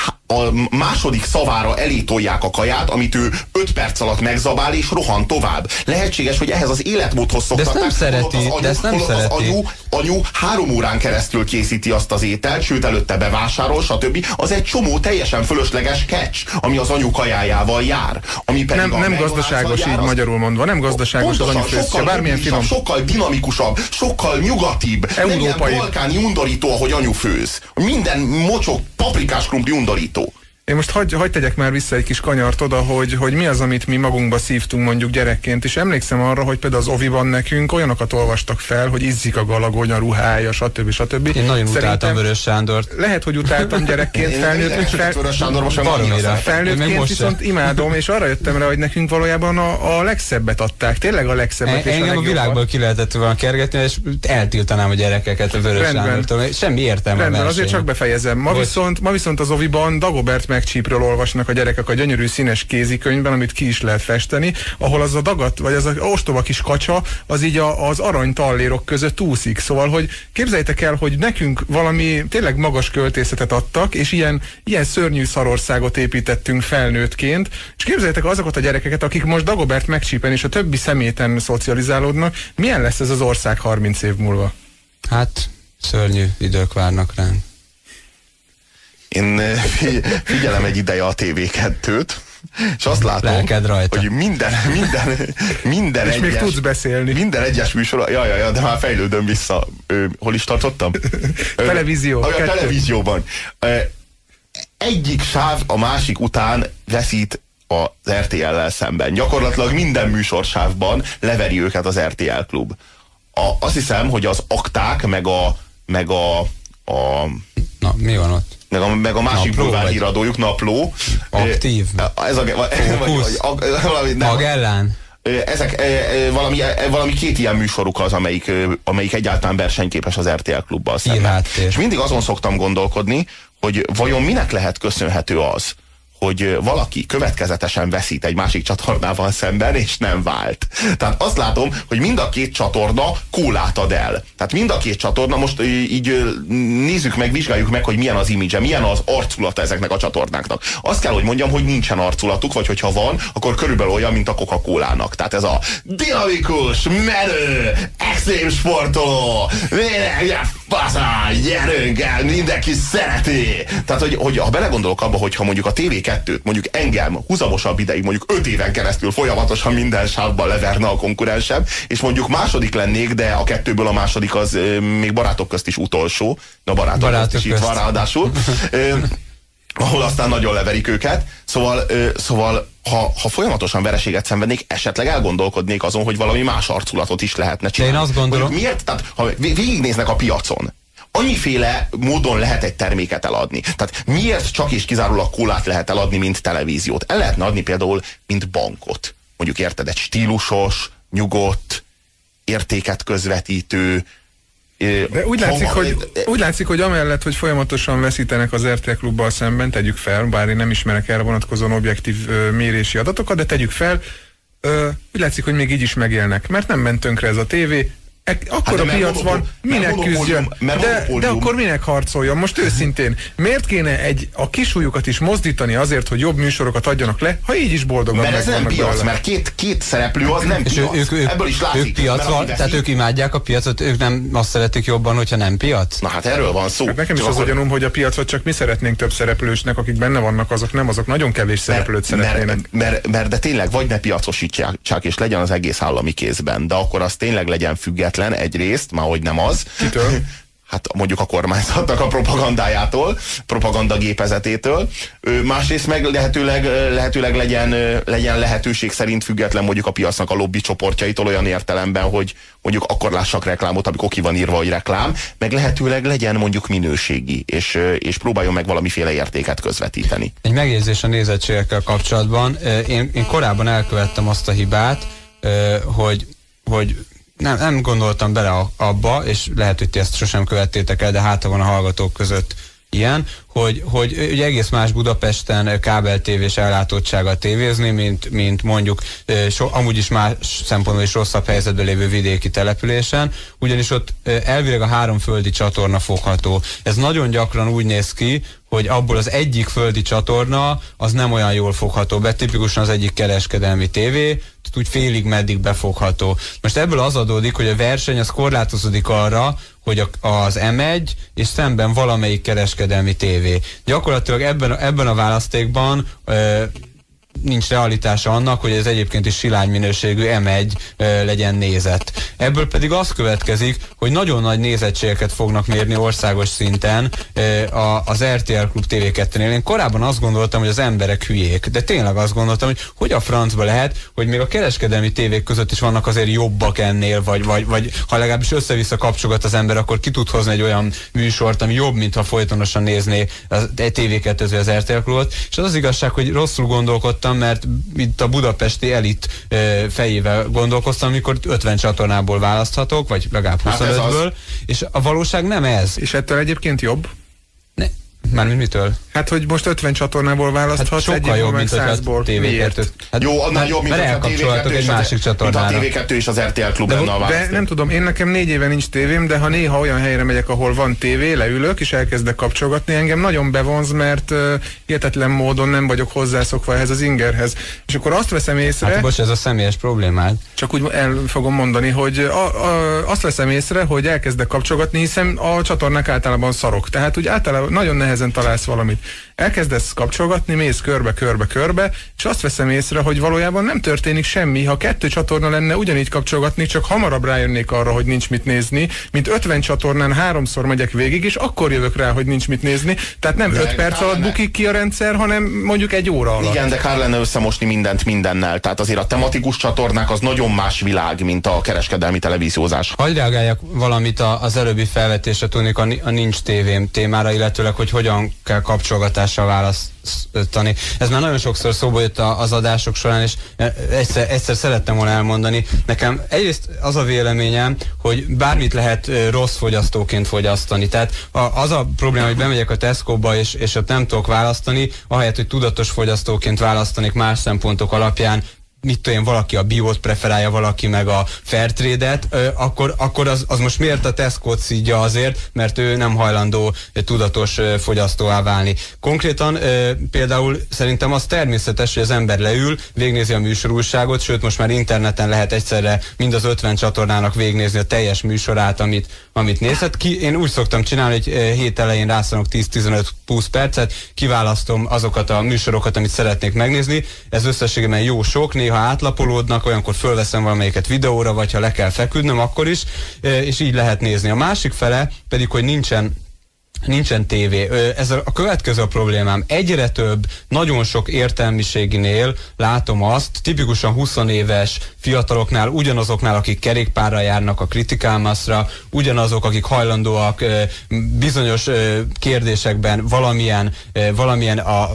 a második szavára elé tolják a kaját, amit ő öt perc alatt megzabál és rohan tovább. Lehetséges, hogy ehhez az életmódhoz szoktatták. De ezt nem szereti. Az anyu, de ezt nem az szereti. anyu, anyu három órán keresztül készíti azt az ételt, sőt előtte bevásárol, stb. Az egy csomó teljesen fölösleges catch, ami az anyu kajájával jár. Ami pedig nem, nem gazdaságos, jár, így az... magyarul mondva. Nem gazdaságos az anyufőztje. Bármilyen finom. Sokkal dinamikusabb, sokkal nyugatibb. Európai. Nem balkáni undorító, ahogy anyu főz. Minden mocsok, paprikás krumpli undorító. Én most hagy, hagy tegyek már vissza egy kis kanyart oda, hogy, hogy mi az, amit mi magunkba szívtunk mondjuk gyerekként, és emlékszem arra, hogy például az oviban nekünk olyanokat olvastak fel, hogy izzik a galagony, a ruhája, stb. stb. Én nagyon Szerintem utáltam Vörös Sándort. Lehet, hogy utáltam gyerekként, felnőtt, fel, Vörös Sándor most felnőttként viszont imádom, és arra jöttem rá, hogy nekünk valójában a, a legszebbet adták, tényleg a legszebbet. E, és engem a, a világból ki lehetett volna kergetni, és eltiltanám a gyerekeket a Vörös Sándortól. Semmi értelme. Rendben, azért csak befejezem. Ma viszont, ma viszont az oviban Dagobert McCheapről olvasnak a gyerekek a gyönyörű színes kézikönyvben, amit ki is lehet festeni, ahol az a dagat, vagy az a ostoba kis kacsa, az így a, az arany tallérok között úszik. Szóval, hogy képzeljétek el, hogy nekünk valami tényleg magas költészetet adtak, és ilyen, ilyen szörnyű szarországot építettünk felnőttként, és képzeljétek azokat a gyerekeket, akik most Dagobert McCheapen és a többi szeméten szocializálódnak, milyen lesz ez az ország harminc év múlva? Hát, szörnyű idők várnak ránk. én figyelem egy ideje a té vé kettőt, és azt látom, hogy minden, minden, minden és egyes... még tudsz beszélni. Minden egyes műsor... Ja, ja, ja, de már fejlődöm vissza. Ö, hol is tartottam? Televízió. A televízióban. Egyik sáv a másik után veszít az er té el-lel szemben. Gyakorlatilag minden műsorsávban leveri őket az er té el klub. A, azt hiszem, hogy az akták, meg a, meg a, a Na, mi van ott? Meg a, meg a másik bulvárhíradójuk, Napló. Aktív. Ez a, Fókusz. valami, nem, Magellán. Ezek valami, valami két ilyen műsoruk az, amelyik, amelyik egyáltalán versenyképes az er té el klubbal szemben. És mindig azon szoktam gondolkodni, hogy vajon minek lehet köszönhető az, hogy valaki következetesen veszít egy másik csatornával szemben, és nem vált. Tehát azt látom, hogy mind a két csatorna kólát ad el. Tehát mind a két csatorna, most így nézzük meg, vizsgáljuk meg, hogy milyen az imidzse, milyen az arculata ezeknek a csatornáknak. Azt kell, hogy mondjam, hogy nincsen arculatuk, vagy hogyha van, akkor körülbelül olyan, mint a Coca-Colának. Tehát ez a dinamikus, menő, extrém sportoló, faszá, gyerünk el, mindenki szereti. Tehát, hogy, hogy ha belegondolok abba, hogyha mondjuk a té vé kettőt, mondjuk engem húzamosabb ideig, mondjuk öt éven keresztül folyamatosan minden sávban leverne a konkurensem, és mondjuk második lennék, de a kettőből a második az euh, még barátok közt is utolsó, de a barátok, barátok közt is közt. Itt van ráadásul, euh, ahol aztán nagyon leverik őket. Szóval, euh, szóval ha, ha folyamatosan vereséget szenvednék, esetleg elgondolkodnék azon, hogy valami más arculatot is lehetne csinálni. De én azt gondolom... Hogy miért? Tehát, ha végignéznek a piacon, annyiféle módon lehet egy terméket eladni. Tehát miért csak és kizárólag kólát lehet eladni, mint televíziót? El lehetne adni például, mint bankot. Mondjuk érted, egy stílusos, nyugodt, értéket közvetítő. De úgy látszik, hogy, úgy látszik, hogy amellett, hogy folyamatosan veszítenek az er té el klubbal szemben, tegyük fel, bár én nem ismerek erre vonatkozóan objektív ö, mérési adatokat, de tegyük fel, ö, úgy látszik, hogy még így is megélnek, mert nem ment tönkre ez a tévé. Akkor hát a piac van, minek küzdjön, de, de akkor minek harcoljon? Most őszintén, miért kéne egy, a kisújukat is mozdítani azért, hogy jobb műsorokat adjanak le, ha így is boldogan meg vannak? Mert ez nem piac, mert két, két szereplő az nem és piac. Ők, ők, Ebből is látszik. Ők piac, tehát ők imádják a piacot, ők nem azt szeretik jobban, hogyha nem piac? Na hát erről van szó. Hát nekem is az a gyanúm, hogy a piacot csak mi szeretnénk több szereplősnek, akik benne vannak, azok nem, azok nagyon kevés szereplőt szeretnének. Mert, mert, mert de tényleg vagy ne piacosítsák, és legyen az egész állami kézben, de akkor az tényleg legyen független egyrészt, már hogy nem az. Kitől? Hát mondjuk a kormányzatnak a propagandájától, propagandagépezetétől. Másrészt meg lehetőleg, lehetőleg legyen, legyen lehetőség szerint független mondjuk a piacnak a lobby csoportjaitól olyan értelemben, hogy mondjuk akkor lássak reklámot, amikor ki van írva, hogy reklám, meg lehetőleg legyen mondjuk minőségi, és, és próbáljon meg valamiféle értéket közvetíteni. Egy megjegyzés a nézettségekkel kapcsolatban. Én, én korábban elkövettem azt a hibát, hogy, hogy Nem, nem gondoltam bele abba, és lehet, hogy ti ezt sosem követtétek el, de hát van a hallgatók között ilyen, hogy, hogy ugye egész más Budapesten kábeltévés ellátottsággal tévézni, mint, mint mondjuk so, amúgy is más szempontból is rosszabb helyzetben lévő vidéki településen, ugyanis ott elvileg a három földi csatorna fogható. Ez nagyon gyakran úgy néz ki, hogy abból az egyik földi csatorna az nem olyan jól fogható be, tipikusan az egyik kereskedelmi tévé, tehát úgy félig meddig befogható. Most ebből az adódik, hogy a verseny az korlátozódik arra, hogy az em egy és szemben valamelyik kereskedelmi tévé. Gyakorlatilag ebben, ebben a választékban ö, nincs realitása annak, hogy ez egyébként is silány minőségű em egy e, legyen nézett. Ebből pedig az következik, hogy nagyon nagy nézettségeket fognak mérni országos szinten e, a, az er té el Klub té vé kettőnél. Én korábban azt gondoltam, hogy az emberek hülyék, de tényleg azt gondoltam, hogy hogy a francba lehet, hogy még a kereskedelmi tévék között is vannak azért jobbak ennél, vagy, vagy, vagy ha legalábbis össze-vissza kapcsogat az ember, akkor ki tud hozni egy olyan műsort, ami jobb, mint ha folytonosan nézné a té vé kettőt az er té el Klubot. És az az igazság, hogy rosszul gondolkodtam, mert itt a budapesti elit e, fejével gondolkoztam, amikor ötven csatornából választhatok, vagy legalább huszonötből, hát és a valóság nem ez. És ettől egyébként jobb? Ne. Mármint mitől? Hát, hogy most ötven csatornából választhatsz, hát sokkal jobb, mint százból. té vé kettő. Hát, jó, annál jobb, mint a té vé kettő egy másik csatornára. Mint a té vé kettő és az er té el Klub lenne a választék. De nem tudom, én nekem négy éve nincs tévém, de ha néha olyan helyre megyek, ahol van tévé, leülök, és elkezdek kapcsolgatni, engem nagyon bevonz, mert uh, hihetetlen módon nem vagyok hozzászokva ehhez az ingerhez. És akkor azt veszem észre... Hát bocs, ez a személyes problémád. Csak úgy el fogom mondani, hogy a, a, azt veszem észre, hogy elkezdek kapcsolgatni, hiszen a csatornák általában szarok. Tehát úgy általában nagyon nehezen találsz valamit. Elkezdesz kapcsolgatni, mész körbe, körbe, körbe, és azt veszem észre, hogy valójában nem történik semmi. Ha kettő csatorna lenne, ugyanígy kapcsolgatni, csak hamarabb rájönnék arra, hogy nincs mit nézni, mint ötven csatornán háromszor megyek végig, és akkor jövök rá, hogy nincs mit nézni. Tehát nem öt perc alatt bukik ki a rendszer, hanem mondjuk egy óra alatt. Igen, de kár lenne összemosni mindent mindennel. Tehát azért a tematikus csatornák az nagyon más világ, mint a kereskedelmi televíziózás. Hadd reagáljak valamit az előbbi felvetésre, tudnék a, a Nincs tévém témára, illetőleg, hogy hogyan kell kapcsolgatással választani. Ez már nagyon sokszor szóba jött az adások során, és egyszer, egyszer szerettem volna elmondani. Nekem egyrészt az a véleményem, hogy bármit lehet rossz fogyasztóként fogyasztani. Tehát az a probléma, hogy bemegyek a Tesco-ba, és, és ott nem tudok választani, ahelyett, hogy tudatos fogyasztóként választanék más szempontok alapján, mit tudom, valaki a biót preferálja, valaki meg a Fairtrade-et, akkor, akkor az, az most miért a Tesco-t szídja? Azért, mert ő nem hajlandó tudatos fogyasztóvá válni. Konkrétan például szerintem az természetes, hogy az ember leül, végnézi a műsorújságot, sőt most már interneten lehet egyszerre mind az ötven csatornának végnézni a teljes műsorát, amit, amit nézhet. Ki, én úgy szoktam csinálni, hogy hét elején rászanok tíz-tizenöt-húsz percet, kiválasztom azokat a műsorokat, amit szeretnék megnézni. Ez összességében jó sok, néha átlapolódnak, olyankor fölveszem valamelyiket videóra, vagy ha le kell feküdnöm, akkor is, és így lehet nézni. A másik fele pedig, hogy nincsen nincsen tévé. Ez a következő a problémám. Egyre több, nagyon sok értelmiséginél látom azt, tipikusan húsz éves fiataloknál, ugyanazoknál, akik kerékpárra járnak a kritikálmaszra, ugyanazok, akik hajlandóak bizonyos kérdésekben valamilyen, valamilyen a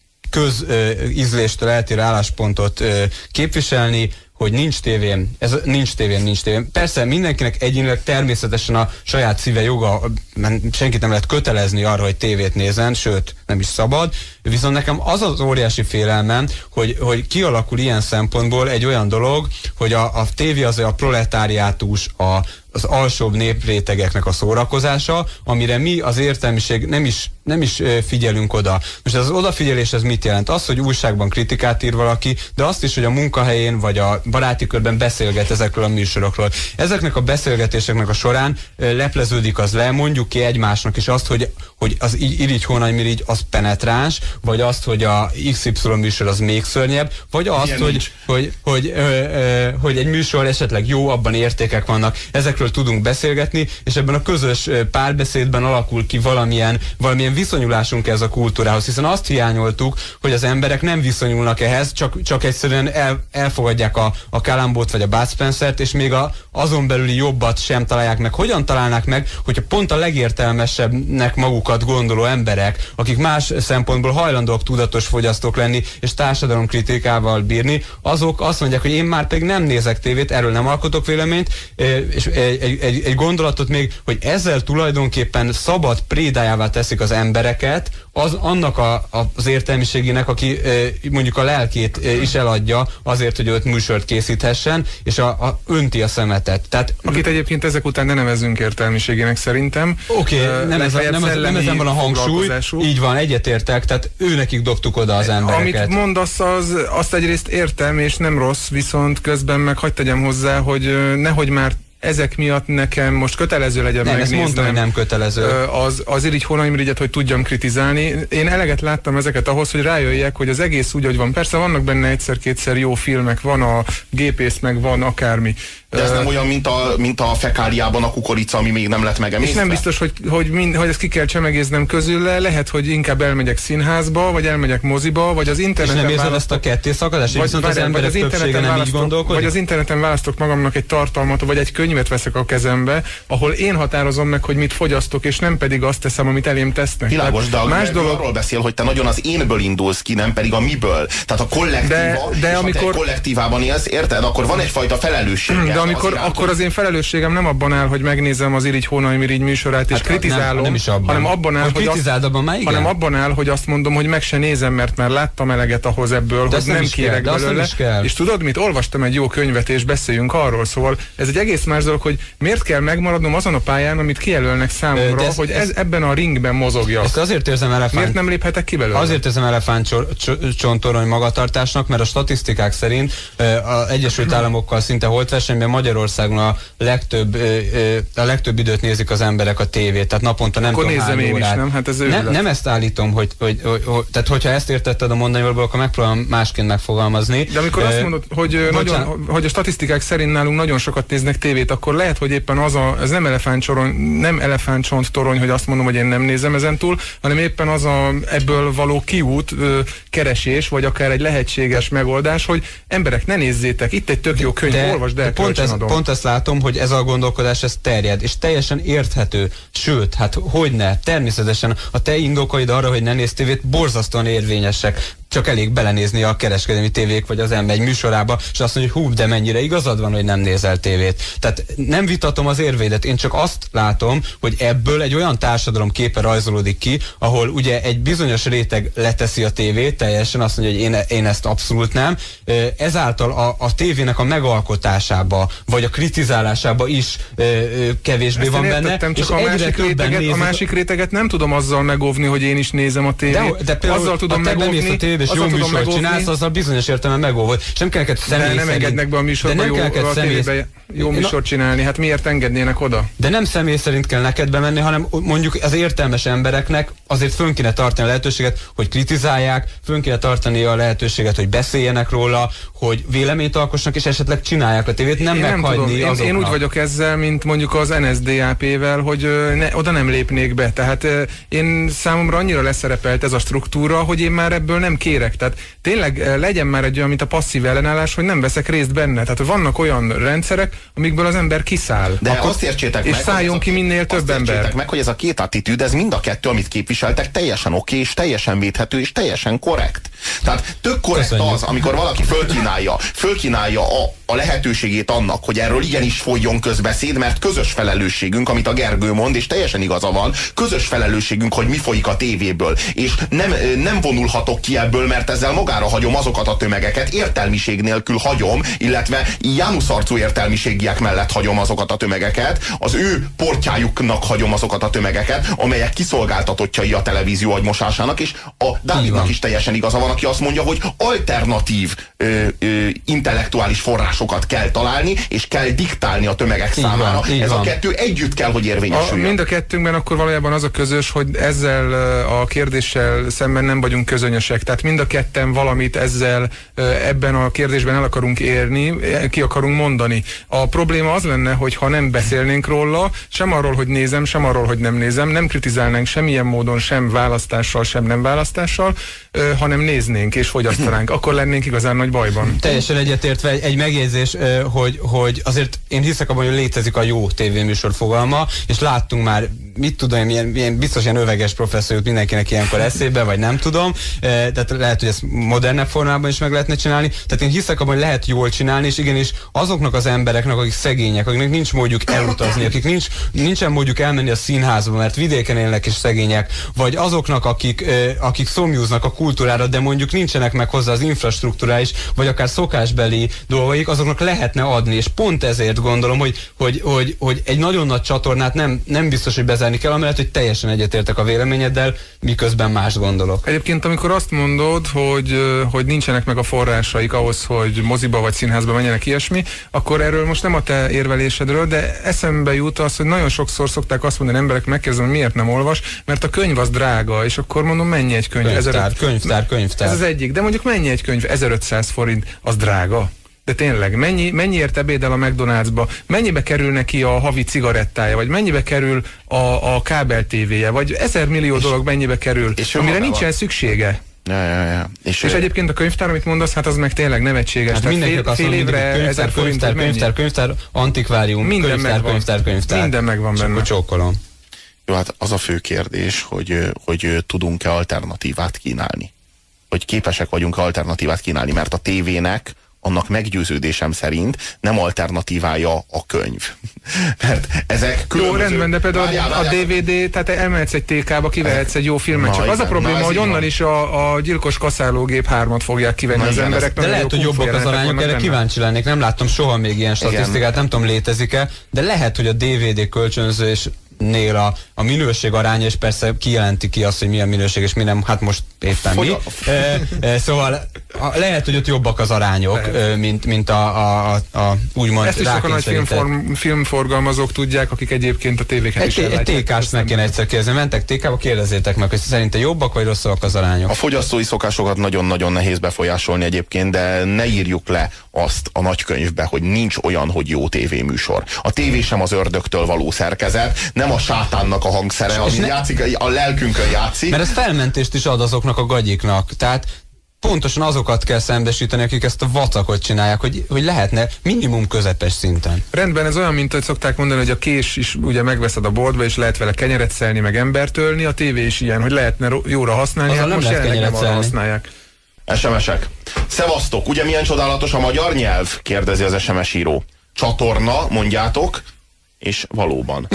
közízléstől eltérő álláspontot ö, képviselni, hogy nincs tévém, ez nincs tévém, nincs tévém. Persze mindenkinek egyénileg természetesen a saját szíve joga, mert senkit nem lehet kötelezni arra, hogy tévét nézzen, sőt, nem is szabad. Viszont nekem az az óriási félelmem, hogy, hogy kialakul ilyen szempontból egy olyan dolog, hogy a, a tévé az a proletáriátus, a, az alsóbb néprétegeknek a szórakozása, amire mi az értelmiség nem is, nem is figyelünk oda. Most az odafigyelés ez mit jelent? Az, hogy újságban kritikát ír valaki, de azt is, hogy a munkahelyén vagy a baráti körben beszélget ezekről a műsorokról. Ezeknek a beszélgetéseknek a során lepleződik az le, mondjuk ki egymásnak is azt, hogy, hogy az irigy hónagymirigy az penetráns, vagy azt, hogy a iksz ipszilon műsor az még szörnyebb, vagy azt, hogy, hogy, hogy, ö, ö, hogy egy műsor esetleg jó, abban értékek vannak. Ezekről tudunk beszélgetni, és ebben a közös párbeszédben alakul ki valamilyen, valamilyen viszonyulásunk ez a kultúrához, hiszen azt hiányoltuk, hogy az emberek nem viszonyulnak ehhez, csak, csak egyszerűen el, elfogadják a, a Kalambót vagy a Bud Spencert, és még a, azon belüli jobbat sem találják meg. Hogyan találnák meg, hogyha pont a legértelmesebbnek magukat gondoló emberek, akik más szempontból hajlandóak tudatos fogyasztók lenni, és társadalomkritikával bírni, azok azt mondják, hogy én már pedig nem nézek tévét, erről nem alkotok véleményt, és egy, egy, egy gondolatot még, hogy ezzel tulajdonképpen szabad prédájává teszik az embereket, az annak a, a, az értelmiségének, aki mondjuk a lelkét is eladja azért, hogy őt műsort készíthessen, és a, a, önti a szemetet. Tehát, akit egyébként ezek után ne nevezzünk értelmiségének szerintem. Oké, okay, uh, nem, ez nem, nem ezen van a hangsúly, így van, egyetértek, tehát őnekik dobtuk oda az embereket. Amit mondasz, az, azt egyrészt értem, és nem rossz, viszont közben meg hagyd tegyem hozzá, hogy nehogy már ezek miatt nekem most kötelező legyen nem, megnéznem. Nem, ezt mondtam, hogy nem kötelező. Az, az irigy hónagymirigyet, hogy tudjam kritizálni. Én eleget láttam ezeket ahhoz, hogy rájöjjek, hogy az egész úgy, hogy van. Persze vannak benne egyszer-kétszer jó filmek, van a Gépész, meg van akármi. De ez nem olyan, mint a, mint a fekáliában a kukorica, ami még nem lett megemésztve. És nem biztos, hogy, hogy, mind, hogy ezt ki kell csemegéznem közül, lehet, hogy inkább elmegyek színházba, vagy elmegyek moziba, vagy az interneten. És nem érzed ezt a kettészakadást? Vagy, viszont az emberek az többsége nem így gondolkodik? Vagy az interneten választok magamnak egy tartalmat, vagy egy könyvet veszek a kezembe, ahol én határozom meg, hogy mit fogyasztok, és nem pedig azt teszem, amit elém tesznek. Világos, de más dolog arról beszél, hogy te nagyon az énből indulsz ki, nem pedig a miből. Tehát a kollektíva, de, de és amikor... ha te egy kollektívában élsz, érted? Akkor van egyfajta felelősség. De amikor az akkor az én felelősségem nem abban áll, hogy megnézem az irigy hónagymirigy műsorát, és hát kritizálom, nem, nem is abban. hanem abban áll, hogy, hogy azt, abban már hanem abban áll, hogy azt mondom, hogy meg se nézem, mert már láttam eleget ahhoz ebből, de hogy nem kérek belőle. És tudod mit? Olvastam egy jó könyvet, és beszéljünk arról. Szóval ez egy egész más dolog, hogy miért kell megmaradnom azon a pályán, amit kijelölnek számomra, ez, hogy ez, ez, ebben a ringben mozogjak. Ezt azért érzem elefánt. Miért nem léphetek ki belőle? Azért érzem elefántcsontorony magatartásnak, mert a statisztikák szerint az Egyesült Államokkal szinte holtversenyben Magyarországon a legtöbb, ö, ö, a legtöbb időt nézik az emberek a tévét, tehát naponta nem akkor tudom hány én órát. is, nem? Hát ez nem, nem ezt állítom, hogy, hogy, hogy, hogy tehát hogyha ezt értetted a mondani valóból, akkor megpróbálom másként megfogalmazni. De amikor uh, azt mondod, hogy, nagyon, hogy a statisztikák szerint nálunk nagyon sokat néznek tévét, akkor lehet, hogy éppen az a, ez nem elefántcsont, nem elefántcsont torony, hogy azt mondom, hogy én nem nézem ezen túl, hanem éppen az a ebből való kiút, ö, keresés, vagy akár egy lehetséges megoldás, hogy emberek, ne nézzétek, itt egy tök jó könyv, de, olvasd el, pont, ez, pont ezt látom, hogy ez a gondolkodás ez terjed, és teljesen érthető, sőt, hát hogyne, természetesen a te indokaid arra, hogy ne nézz tévét, borzasztóan érvényesek. Csak elég belenézni a kereskedelmi tévék vagy az em egy műsorába, és azt mondja, hogy hú, de mennyire igazad van, hogy nem nézel tévét. Tehát nem vitatom az érvédet, én csak azt látom, hogy ebből egy olyan társadalom képe rajzolódik ki, ahol ugye egy bizonyos réteg leteszi a tévét, teljesen azt mondja, hogy én, én ezt abszolút nem. Ezáltal a, a tévének a megalkotásába, vagy a kritizálásába is kevésbé ezt van benne. Értettem, csak a másik, réteget, a másik réteget nem tudom azzal megóvni, hogy én is nézem a tévét. De, de azzal tudom megóvni, és jó műsort csinálsz, azzal bizonyos értelemben megóvod. És nem kell neked személy szerint... De nem engednek be a műsorba jó, a tévébe jó műsort csinálni. Hát miért engednének oda? De nem személy szerint kell neked bemenni, hanem mondjuk az értelmes embereknek azért fönn kéne tartani a lehetőséget, hogy kritizálják, fönn kéne tartani a lehetőséget, hogy beszéljenek róla, hogy véleményt alkossanak, és esetleg csinálják a tévét, nem én meghagyni nem én, én úgy vagyok ezzel, mint mondjuk az en es dé á pé-vel, hogy ne, oda nem lépnék be. Tehát én számomra annyira leszerepelt ez a struktúra, hogy én már ebből nem kérek. Tehát tényleg legyen már egy olyan, mint a passzív ellenállás, hogy nem veszek részt benne. Tehát vannak olyan rendszerek, amikből az ember kiszáll. De akkor, azt értsétek és meg, szálljon ki minél több ember. Azt meg, hogy ez a két attitűd, ez mind a kettő, amit képviseltek, teljesen oké, és teljesen védhető, és teljesen korrekt. Tehát tök korrekt Köszönjük. Az, amikor valaki fölkínálja, fölkínálja a, a lehetőségét annak, hogy erről igenis folyjon közbeszéd, mert közös felelősségünk, amit a Gergő mond, és teljesen igaza van, közös felelősségünk, hogy mi folyik a tévéből. És nem, nem vonulhatok ki ebből, mert ezzel magára hagyom azokat a tömegeket, értelmiség nélkül hagyom, illetve jánuszarcú értelmiségiek mellett hagyom azokat a tömegeket, az ő portyájuknak hagyom azokat a tömegeket, amelyek kiszolgáltatottjai a televízió agymosásának, és a Dávidnak is teljesen igaza van, aki azt mondja, hogy alternatív ö, ö, intellektuális forrásokat kell találni, és kell diktálni a tömegek így számára. Van, Ez van. A kettő együtt kell, hogy érvényesüljön. A, mind a kettőnkben akkor valójában az a közös, hogy ezzel a kérdéssel szemben nem vagyunk közönösek. Tehát mind a ketten valamit ezzel ebben a kérdésben el akarunk érni, ki akarunk mondani. A probléma az lenne, hogy ha nem beszélnénk róla, sem arról, hogy nézem, sem arról, hogy nem nézem, nem kritizálnánk semmilyen módon, sem választással, sem nem választással, hanem néznénk és fogyasztanánk. Akkor lennénk igazán nagy bajban. Teljesen egyetértve egy, egy megjegyzés, hogy, hogy azért én hiszek abban, hogy létezik a jó tévéműsor fogalma, és láttunk már, mit tudom, milyen, milyen biztos ilyen öveges professzor jut mindenkinek ilyenkor eszébe, vagy nem tudom, tehát lehet, hogy ezt modernebb formában is meg lehetne csinálni. Tehát én hiszek abban, hogy lehet jól csinálni, és igenis azoknak az embereknek, akik szegények, akiknek nincs módjuk elutazni, akik nincs, nincsen módjuk elmenni a színházba, mert vidéken élnek és szegények, vagy azoknak, akik, akik szomjúznak a kultúrára, de mondjuk nincsenek meg hozzá az infrastruktúrális, vagy akár szokásbeli dolgaik, azoknak lehetne adni, és pont ezért gondolom, hogy, hogy, hogy, hogy egy nagyon nagy csatornát nem, nem biztos, hogy bezárni kell, amellett, hogy teljesen egyetértek a véleményeddel, miközben más gondolok. Egyébként, amikor azt mondod, hogy, hogy nincsenek meg a forrásaik ahhoz, hogy moziba vagy színházba menjenek ilyesmi, akkor erről most nem a te érvelésedről, de eszembe jut az, hogy nagyon sokszor szokták azt mondani emberek, megkérdezem, miért nem olvas, mert a könyv az drága, és akkor mondom, mennyi egy könyv? Könyvtár, ezer... könyvtár, könyvtár. Ez az egyik, de mondjuk mennyi egy könyv? ezerötszáz forint, az drága. De tényleg, mennyi, mennyiért ebédel a McDonald'sba? Mennyibe kerül neki a havi cigarettája? Vagy mennyibe kerül a, a kábel tévéje? Vagy ezer millió és, dolog mennyibe kerül? És amire nincsen szüksége? Ja, ja, ja. És, és egyébként a könyvtár, amit mondasz, hát az meg tényleg nevetséges. Hát fél, fél fél évre ezer forint, könyvtár, könyvtár, könyvtár, antikvárium, minden könyvtár, megvan. könyvtár, könyvtár. Minden megvan benne. Csókolom. Jó, hát az a fő kérdés, hogy, hogy tudunk-e alternatívát kínálni. Hogy képesek vagyunk alternatívát kínálni, mert a tévének annak meggyőződésem szerint nem alternatívája a könyv. Mert ezek különböző... Jó, rendben, de például várjál, várjál. A dé vé dé, tehát elmehetsz egy té ká-ba, kivehetsz egy jó filmet, na, csak az a probléma, na, hogy onnan van. Is a, a gyilkos kaszálógép hármat fogják kivenni na, az igen, emberek. De lehet, hogy jobbak az arányok, erre kíváncsi lennék, nem láttam soha még ilyen statisztikát, igen. Nem tudom, létezik-e, de lehet, hogy a dé vé dé kölcsönzés nél a, a minőség aránya, és persze kijelenti ki azt, hogy milyen minőség, és mi nem, hát most éppen mi. E, e, szóval a, lehet, hogy ott jobbak az arányok, ö, mint, mint a, a, a, a úgymond ezt is csak a nagy filmform, filmforgalmazók tudják, akik egyébként a tévéket is ellátják. Egy té ká-st meg kéne egyszer kérdezni. Mentek té ká-ba, kérdezzétek meg, hogy szerinte jobbak vagy rosszak az arányok. A fogyasztói szokásokat nagyon-nagyon nehéz befolyásolni egyébként, de ne írjuk le azt a nagykönyvbe, hogy nincs olyan, hogy jó tévéműsor. A tévé sem az ördögtől való szerkezet, nem a sátánnak a hangszere, ami ne... játszik, a lelkünkön játszik. Mert ez felmentést is ad azoknak a gagyiknak. Tehát pontosan azokat kell szembesíteni, akik ezt a vacakot csinálják, hogy, hogy lehetne minimum közepes szinten. Rendben, ez olyan, mint hogy szokták mondani, hogy a kés is ugye megveszed a boltba, és lehet vele kenyeret szelni, meg embert ölni, a tévé is ilyen, hogy lehetne jóra használni, hát most jelenleg nem arra használják. es em esek. Szevasztok, ugye milyen csodálatos a magyar nyelv? Kérdezi az es em es író. Csatorna, mondjátok, és valóban.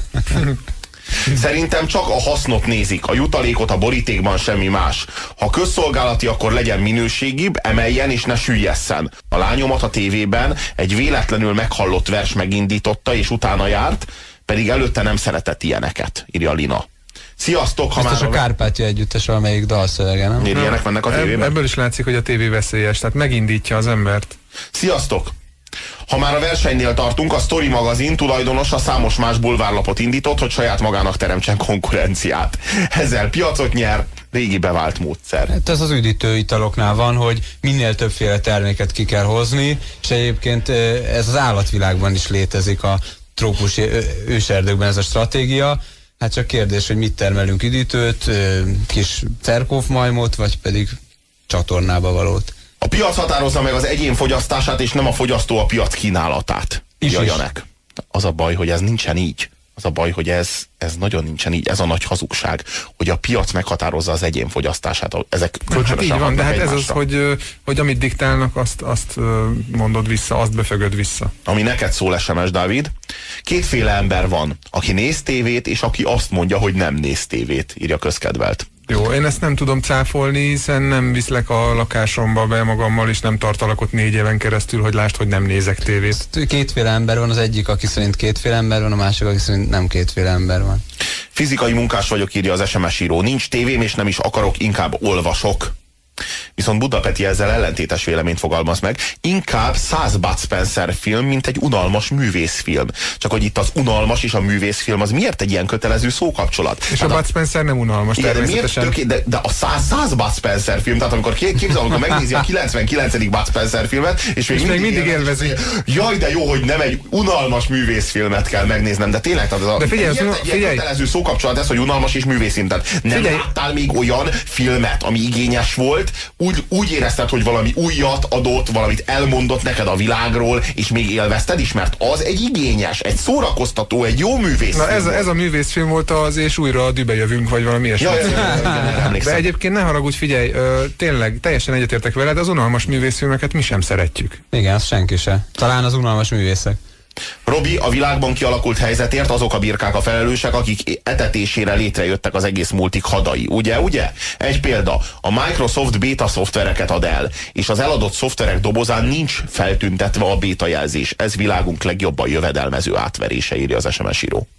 Szerintem csak a hasznot nézik, a jutalékot a borítékban, semmi más. Ha közszolgálati, akkor legyen minőségibb, emeljen és ne süllyesszen. A lányomat a tévében egy véletlenül meghallott vers megindította, és utána járt, pedig előtte nem szeretett ilyeneket, írja Lina. Sziasztok, ha biztos már... a Kárpátia együttes, amelyik dalszövege, nem? Ilyenek mennek a tévében? Ebből is látszik, hogy a tévé veszélyes, tehát megindítja az embert. Sziasztok! Ha már a versenynél tartunk, a Story magazin tulajdonosa számos más bulvárlapot indított, hogy saját magának teremtsen konkurenciát. Ezzel piacot nyer, régi bevált módszer. Hát ez az üdítő italoknál van, hogy minél többféle terméket ki kell hozni, és egyébként ez az állatvilágban is létezik, a trópusi őserdőkben ez a stratégia. Hát csak kérdés, hogy mit termelünk, üdítőt, kis cerkófmajmot, vagy pedig csatornába valót. A piac határozza meg az egyén fogyasztását, és nem a fogyasztó a piac kínálatát. Is, is. Az a baj, hogy ez nincsen így. Az a baj, hogy ez, ez nagyon nincsen így. Ez a nagy hazugság, hogy a piac meghatározza az egyén fogyasztását. Ezek kölcsönösen hát így van, de hát egymásra. ez az, hogy, hogy amit diktálnak, azt, azt mondod vissza, azt befögöd vissza. Ami neked szól, es em es, Dávid. Kétféle ember van, aki néz tévét, és aki azt mondja, hogy nem néz tévét, írja Közkedvelt. Jó, én ezt nem tudom cáfolni, hiszen nem viszlek a lakásomba be magammal, és nem tartalak ott négy éven keresztül, hogy lásd, hogy nem nézek tévét. Kétféle ember van, az egyik, aki szerint kétféle ember van, a másik, aki szerint nem kétféle ember van. Fizikai munkás vagyok, írja az es em es író. Nincs tévém, és nem is akarok, inkább olvasok. Viszont Buda Peti ezzel ellentétes véleményt fogalmaz meg. Inkább száz Bud Spencer film, mint egy unalmas művészfilm. Csak hogy itt az unalmas és a művészfilm, az miért egy ilyen kötelező szókapcsolat? És tehát a Bud Spencer nem unalmas, igen, természetesen. Tök, de, de a száz, száz Bud Spencer film, tehát amikor képzel, amikor megnézi a kilencvenkilencedik Bud Spencer filmet, és még, és mindig, még mindig élvezi. élvezi. Jaj, de jó, hogy nem egy unalmas művészfilmet kell megnéznem, de tényleg, tehát ez a, de figyelj, egy, az, egy figyelj. kötelező szókapcsolat ez, hogy unalmas és művészfilm. Tehát nem figyelj. láttál még olyan filmet, ami igényes volt, úgy, úgy érezted, hogy valami újat adott, valamit elmondott neked a világról, és még élvezted is, mert az egy igényes, egy szórakoztató, egy jó művészfilm. Na ez, ez a művészfilm volt az, és újra a dübe jövünk, vagy valami ilyesmi. Ja, ja, ja, ja, de egyébként ne haragudj, figyelj, ö, tényleg teljesen egyetértek veled, az unalmas művészfilmeket mi sem szeretjük. Igen, az senki se. Talán az unalmas művészek. Robi, a világban kialakult helyzetért azok a birkák a felelősek, akik etetésére létrejöttek az egész multik hadai. Ugye, ugye? Egy példa. A Microsoft beta szoftvereket ad el, és az eladott szoftverek dobozán nincs feltüntetve a beta jelzés. Ez világunk legjobban jövedelmező átverése, írja az es em es író.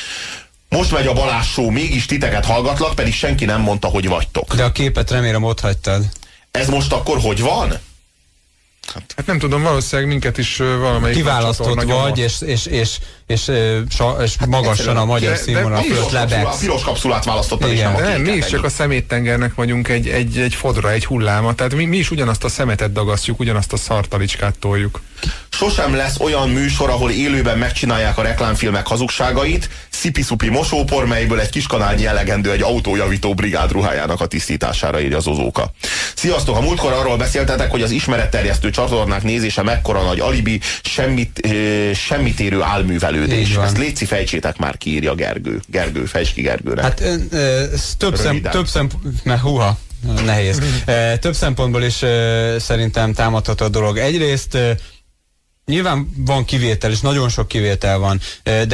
Most megy a Balázs show, mégis titeket hallgatlak, pedig senki nem mondta, hogy vagytok. De a képet remélem ott hagytad. Ez most akkor hogy van? Hát, hát nem tudom, valószínűleg minket is uh, valamelyik kiválasztott vagy, és, és, és, és, és, és magasan a magyar színvonal fölött lebegsz. A piros kapszulát választottam, és nem a kéket. Mi is csak a szeméttengernek vagyunk egy, egy, egy fodra, egy hulláma. Tehát mi, mi is ugyanazt a szemetet dagasztjuk, ugyanazt a szartalicskát toljuk. Sosem lesz olyan műsor, ahol élőben megcsinálják a reklámfilmek hazugságait, szipi-szupi mosópor, melyből egy kiskanálnyi elegendő egy autójavító brigád ruhájának a tisztítására, írja Zozóka. Sziasztok! A múltkor arról beszéltetek, hogy az ismeretterjesztő csatornák nézése mekkora nagy alibi, semmit, e, semmit érő álművelődés. Ezt létszi, fejtsétek már ki, írja Gergő. Gergő, fejtsd ki Gergőnek. Hát ö, ö, több, szem, több szempont, mert húha, nehéz. e, több szempontból is e, szerintem támadható a dolog. Egyrészt e, nyilván van kivétel, és nagyon sok kivétel van, de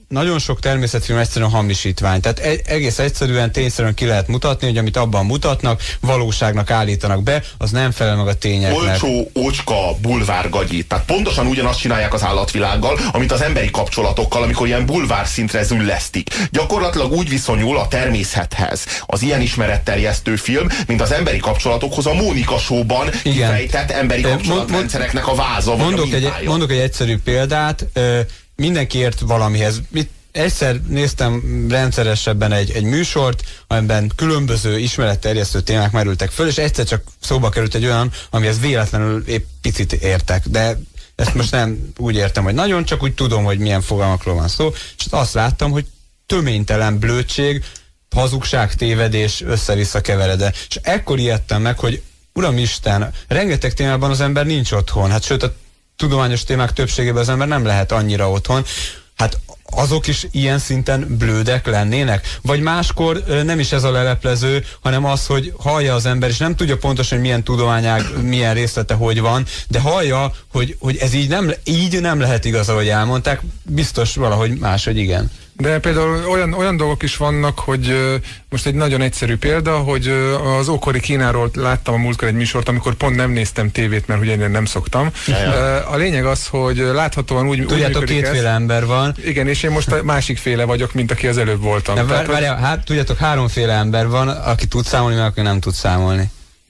nagyon sok természetfilm egyszerűen hamisítvány. Tehát egy, egész egyszerűen tényszerűen ki lehet mutatni, hogy amit abban mutatnak, valóságnak állítanak be, az nem felel meg a tényeknek. Olcsó, ócska, bulvárgagyi. Tehát pontosan ugyanazt csinálják az állatvilággal, amit az emberi kapcsolatokkal, amikor ilyen bulvár szintre züllesztik. Gyakorlatilag úgy viszonyul a természethez az ilyen ismeretterjesztő film, mint az emberi kapcsolatokhoz a Mónika Show-ban kifejtett emberi kapcsolatrendszereknek a váza, mondok vagy a egy, mondok egy egyszerű példát, mindenki ért valamihez. Mit, egyszer néztem rendszeresebben egy, egy műsort, amiben különböző ismeretterjesztő témák merültek föl, és egyszer csak szóba került egy olyan, amihez véletlenül épp picit értek, de ezt most nem úgy értem, hogy nagyon, csak úgy tudom, hogy milyen fogalmakról van szó, és azt láttam, hogy töménytelen blödség, hazugság, tévedés, össze-vissza keverede. És ekkor ijedtem meg, hogy Uramisten, rengeteg témában az ember nincs otthon, hát sőt a tudományos témák többségében az ember nem lehet annyira otthon, hát azok is ilyen szinten blődek lennének? Vagy máskor nem is ez a leleplező, hanem az, hogy hallja az ember, és nem tudja pontosan, hogy milyen tudományág, milyen részlete, hogy van, de hallja, hogy, hogy ez így nem, így nem lehet igaz, ahogy elmondták, biztos valahogy máshogy igen. De például olyan, olyan dolgok is vannak, hogy uh, most egy nagyon egyszerű példa, hogy uh, az ókori Kínáról láttam a múltkor egy műsort, amikor pont nem néztem tévét, mert ugye én nem szoktam. Uh, a lényeg az, hogy láthatóan úgy, tudjátok, úgy kétféle ember van. Igen, és én most a másik féle vagyok, mint aki az előbb voltam. De Tehát, várjál, hát tudjátok, háromféle ember van, aki tud számolni, meg aki nem tud számolni.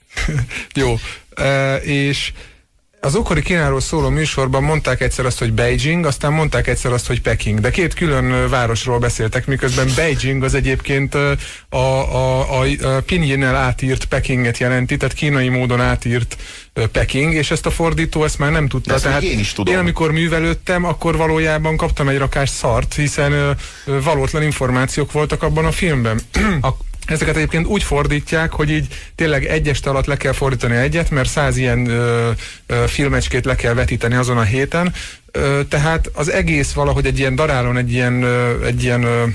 Jó, uh, és az ókori Kínáról szóló műsorban mondták egyszer azt, hogy Beijing, aztán mondták egyszer azt, hogy Peking. De két külön városról beszéltek, miközben Beijing az egyébként a, a, a, a pinyinnel átírt Pekinget jelenti, tehát kínai módon átírt Peking, és ezt a fordító ezt már nem tudta. Tehát én is tudom. Én amikor művelődtem, akkor valójában kaptam egy rakás szart, hiszen valótlan információk voltak abban a filmben. A Ezeket egyébként úgy fordítják, hogy így tényleg egy este alatt le kell fordítani egyet, mert száz ilyen ö, ö, filmecskét le kell vetíteni azon a héten. Ö, tehát az egész valahogy egy ilyen darálon, egy ilyen, ö, egy ilyen ö,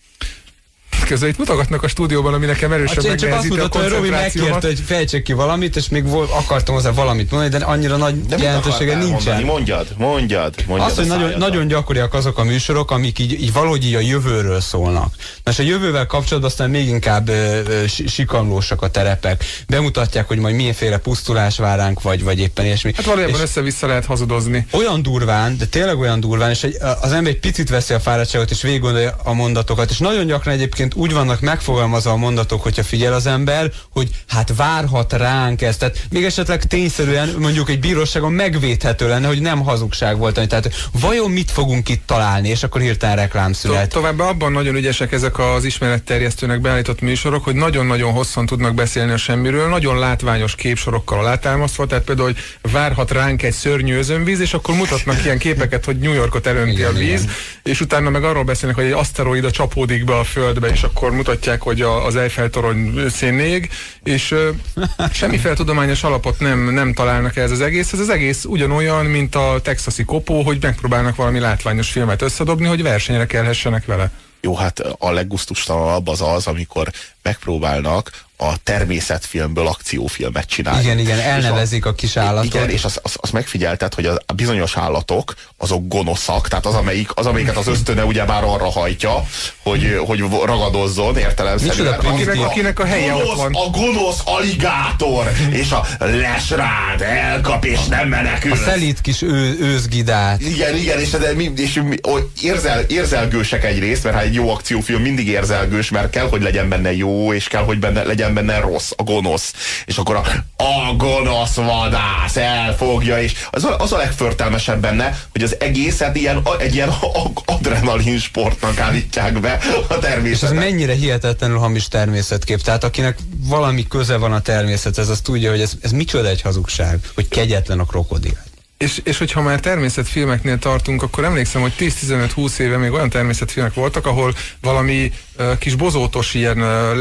közül itt mutogatnak a stúdióban, ami nekem erősen megnehezíti a koncentrációmat. Robi megkért, hogy fejtsek ki valamit, és még vol, akartam hozzá valamit mondani, de annyira nagy de jelentősége nincsen. Mondani? Mondjad, mondjad, mondjad. Azt, hogy nagyon, nagyon gyakoriak azok a műsorok, amik így, így valahogy így a jövőről szólnak. Na, és a jövővel kapcsolatban aztán még inkább ö, ö, sikamlósak a terepek. Bemutatják, hogy majd milyenféle pusztulás vár ránk, vagy, vagy éppen ilyesmi. Hát valójában össze-vissza lehet hazudozni. Olyan durván, de tényleg olyan durván, és egy, az ember egy picit veszi a fáradtságot, és végig gondolja a mondatokat, és nagyon gyakran egyébként úgy vannak megfogalmazva a mondatok, hogyha figyel az ember, hogy hát várhat ránk ezt. Tehát még esetleg tényszerűen mondjuk egy bíróságon megvédhető lenne, hogy nem hazugság volt. Tehát vajon mit fogunk itt találni, és akkor hirtelen reklámszület. To továbbá abban nagyon ügyesek ezek az ismeretterjesztőnek beállított műsorok, hogy nagyon-nagyon hosszan tudnak beszélni a semmiről, nagyon látványos képsorokkal alátámasztva, tehát például, hogy várhat ránk egy szörnyű özönvíz, és akkor mutatnak ilyen képeket, hogy New Yorkot elönti igen, a víz, igen. És utána meg arról beszélnek, hogy egy aszteroida csapódik be a földbe, és akkor mutatják, hogy a, az Eiffel-torony szénég, és ö, semmiféle tudományos alapot nem, nem találnak ez az egész. Ez az egész ugyanolyan, mint a texasi kopó, hogy megpróbálnak valami látványos filmet összedobni, hogy versenyre kelhessenek vele. Jó, hát a leggusztustalanabb az az, amikor megpróbálnak a természetfilmből akciófilmet csinálni. Igen, igen, elnevezik a, a kis állatot. Igen, és azt az, az megfigyelted, hogy a bizonyos állatok, azok gonoszak, tehát az, amelyik, az amelyiket az ösztöne ugyebár arra hajtja, hogy, hogy ragadozzon értelemszerűen. Akinek, akinek a helye gonosz, ott van. A gonosz aligátor, és a les rád, elkap, és nem menekül. A szelíd kis ő, őzgidát. Igen, igen, és, de, és érzel, érzelgősek egyrészt, mert hát egy jó akciófilm mindig érzelgős, mert kell, hogy legyen benne jó, és kell, hogy benne legyen benne rossz, a gonosz. És akkor a, a gonosz vadász elfogja, és az a, az a legförtelmesebb benne, hogy az egészet ilyen, egy ilyen adrenalin sportnak állítják be a természetet. És ez mennyire hihetetlenül hamis természetkép. Tehát akinek valami köze van a természethez, az tudja, hogy ez, ez micsoda egy hazugság, hogy kegyetlen a krokodil. És, és hogyha már természetfilmeknél tartunk, akkor emlékszem, hogy tíz-tizenöt-húsz éve még olyan természetfilmek voltak, ahol valami uh, kis bozótos ilyen uh,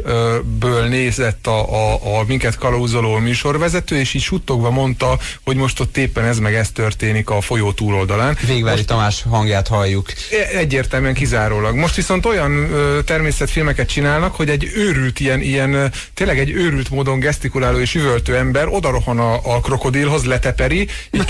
lesből nézett a, a, a minket kalauzoló műsorvezető, és így suttogva mondta, hogy most ott éppen ez meg ez történik a folyó túloldalán. Végvári most Tamás hangját halljuk. Egyértelműen kizárólag. Most viszont olyan uh, természetfilmeket csinálnak, hogy egy őrült ilyen, ilyen uh, tényleg egy őrült módon gesztikuláló és üvöltő ember odarohan a, a krokodilhoz, leteperi, így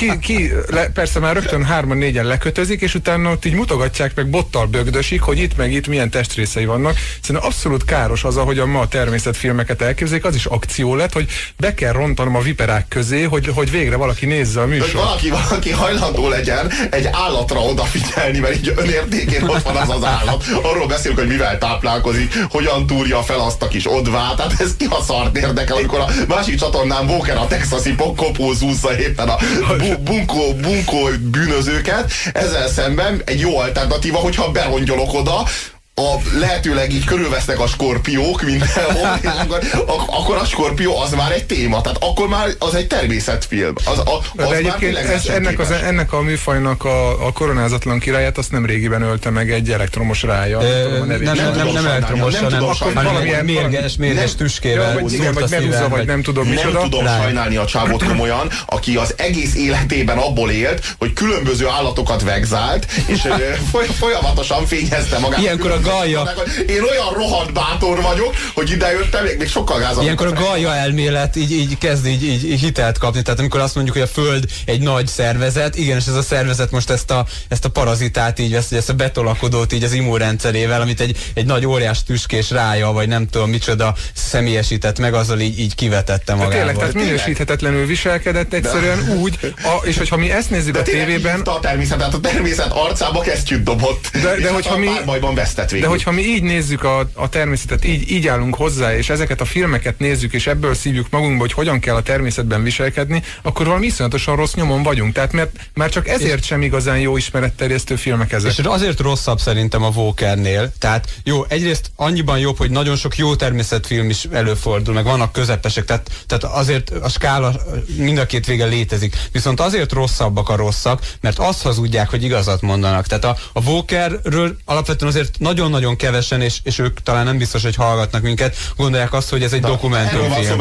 ki, ki le, persze már rögtön hárman, négyen lekötözik, és utána ott így mutogatják, meg bottal bögdösik, hogy itt meg itt milyen testrészei vannak. Szerintem abszolút káros az, ahogyan ma a természetfilmeket elképzelik, az is akció lett, hogy be kell rontanom a viperák közé, hogy, hogy végre valaki nézze a műsort. Hogy valaki, valaki hajlandó legyen egy állatra odafigyelni, mert így önértékén ott van az az állat. Arról beszélünk, hogy mivel táplálkozik, hogyan túrja fel azt a kis odvát, tehát ez ki a szart érdekel, amikor a másik csatornán Walker a texasi kopó zúzza éppen a bu bunkó, bunkó bűnözőket. Ezzel szemben egy jó alternatíva, hogyha berongyolok oda, a lehetőleg így körülvesznek a skorpiók mindenhol, és akkor, akkor a skorpió az már egy téma, tehát akkor már az egy természetfilm. Az, a, az de egyébként ez, ennek, az, ennek a műfajnak a, a koronázatlan királyát azt nem régiben ölte meg egy elektromos rája. Nem, nem, nem, nem, nem elektromos, hanem valamilyen mérges, mérges tüskével. Vagy meduza, vagy nem tudom micsoda. Nem tudom sajnálni a csávót komolyan, aki az egész életében abból élt, hogy különböző állatokat vegzált, és folyamatosan fényezte magát. Ilyenkor a Gaia. Én olyan rohadt bátor vagyok, hogy idejöttem, még, még sokkal gázabb. Ilyenkor a Gaia elmélet így, így kezd így, így, így hitelt kapni. Tehát amikor azt mondjuk, hogy a Föld egy nagy szervezet, igen, és ez a szervezet most ezt a, ezt a parazitát így vesz, ezt a betolakodót így az immunrendszerével, amit egy, egy nagy óriás tüskés rája, vagy nem tudom micsoda személyesített meg, azzal így, így kivetette magával. Tényleg, tehát minősíthetetlenül viselkedett egyszerűen de. úgy, a, és hogyha mi ezt nézzük de a tévében... a természetet, a természet arcába kesztyűt dobott, de, de hogyha mi... bajban vesztett végül. De hogyha mi így nézzük a, a természetet, így, így állunk hozzá, és ezeket a filmeket nézzük, és ebből szívjuk magunkba, hogy hogyan kell a természetben viselkedni, akkor valami iszonyatosan rossz nyomon vagyunk. Tehát mert már csak ezért és sem igazán jó ismeretterjesztő filmek ezek. És azért rosszabb szerintem a Walkernél. Tehát jó, egyrészt annyiban jobb, hogy nagyon sok jó természetfilm is előfordul, meg vannak közepesek, tehát, tehát azért a skála mind a két vége létezik. Viszont azért rosszabbak a rosszak, mert azt hazudják, hogy igazat mondanak. Tehát a, a Walkerről alapvetően azért nagyon-nagyon kevesen, és, és ők talán nem biztos, hogy hallgatnak minket, gondolják azt, hogy ez egy dokumentumfilm.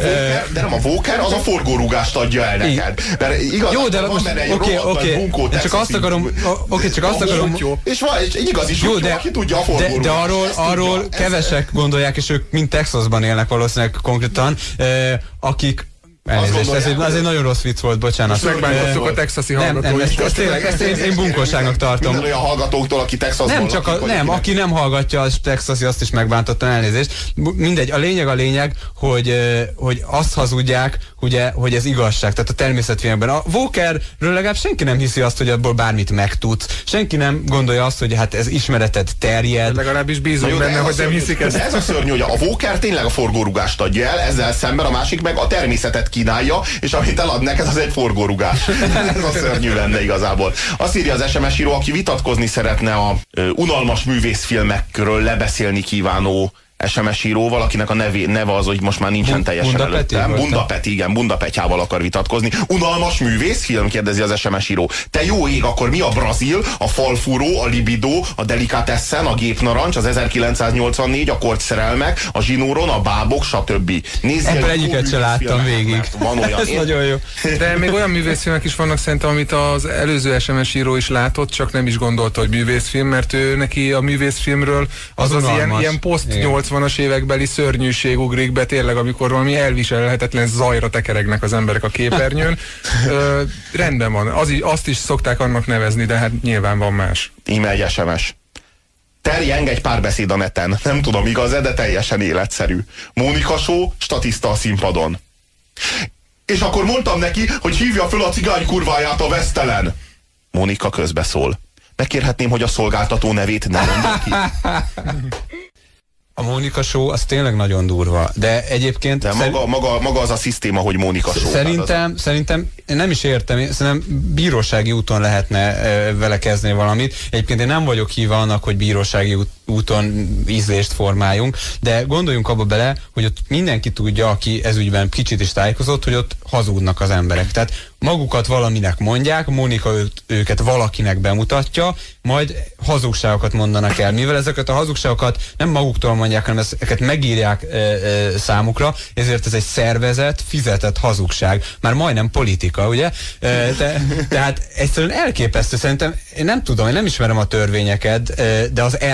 De nem a Walker, az a forgórúgást adja el neked. Mert igaz, jó, de most oké, oké, csak azt akarom, oké, csak azt akarom, és van egy igazi sutyó, aki tudja a forgórúgást. De arról, arról kevesek gondolják, és ők mind Texasban élnek valószínűleg konkrétan, akik Elnézést, ez egy, ez egy nagyon rossz vicc volt, bocsánat. Megbántottuk a texasi hallgatói. Nem, nem, ezt, ezt tényleg, ezt én, én bunkóságnak tartom. Minden olyan hallgatóktól, aki Texasban nem, csak a, lakik, nem, aki nem hallgatja a texasi, azt is megbántottam, elnézést. Mindegy, a lényeg a lényeg, hogy, hogy azt hazudják, ugye, hogy ez igazság, tehát a természetfilmben. A Walkerről legalább senki nem hiszi azt, hogy abból bármit megtudsz. Senki nem gondolja azt, hogy hát ez ismereted terjed. De legalábbis bízunk benne, hogy nem hiszik ezt. Ez a szörnyű, hogy a Walker tényleg a forgórúgást adja el, ezzel szemben a másik meg a természetet kínálja, és amit elad neked, az egy forgórugás. Ez a szörnyű lenne igazából. Azt írja az es em es író, aki vitatkozni szeretne a uh, unalmas művészfilmekről lebeszélni kívánó es em es író, valakinek a nevé, neve az, hogy most már nincsen Bund, teljesen Bunda előttem. Peti Bunda Peti, igen, Bunda Petyával akar vitatkozni. Unalmas művészfilm? Kérdezi az es em es író. Te jó ég, akkor mi a Brazil, a Falfúró, a Libido, a Delicatessen, a Gépnarancs, az ezerkilencszáznyolcvannégy, a Kortszerelmek, a Zsinóron, a Bábok, stb. Ebből egyiket se láttam végig. Van olyan. Ez én... nagyon jó. De még olyan művészfilmek is vannak szerintem, amit az előző es em es író is látott, csak nem is gondolta, hogy művészfilm, mert ő neki a művészfilmről az az, az ilyen, ilyen poszt nyolcvanas évekbeli szörnyűség ugrik be, tényleg, amikor valami elviselhetetlen zajra tekeregnek az emberek a képernyőn. Ö, rendben van, az, azt is szokták annak nevezni, de hát nyilván van más. Íme egy es em es. Terjeng egy párbeszéd a neten. Nem tudom, igaz-e, de teljesen életszerű. Mónika Show, statiszta a színpadon. És akkor mondtam neki, hogy hívja föl a cigány kurváját, a Vesztelen. Mónika közbeszól. Megkérhetném, hogy a szolgáltató nevét ne mondja ki. A Mónika Show az tényleg nagyon durva, de egyébként... De maga, szer... maga, maga az a szisztéma, hogy Mónika Show. Szerintem, az... szerintem én nem is értem, én szerintem bírósági úton lehetne e, vele kezdeni valamit. Egyébként én nem vagyok híva annak, hogy bírósági út, úton ízlést formáljunk, de gondoljunk abba bele, hogy ott mindenki tudja, aki ezügyben kicsit is tájékozott, hogy ott hazudnak az emberek. Tehát magukat valaminek mondják, Mónika őt, őket valakinek bemutatja, majd hazugságokat mondanak el. Mivel ezeket a hazugságokat nem maguktól mondják, hanem ezeket megírják e, e, számukra, ezért ez egy szervezett, fizetett hazugság. Már majdnem politika, ugye? E, te, tehát egyszerűen elképesztő. Szerintem, én nem tudom, én nem ismerem a törvényeket, e, de az erkölcsön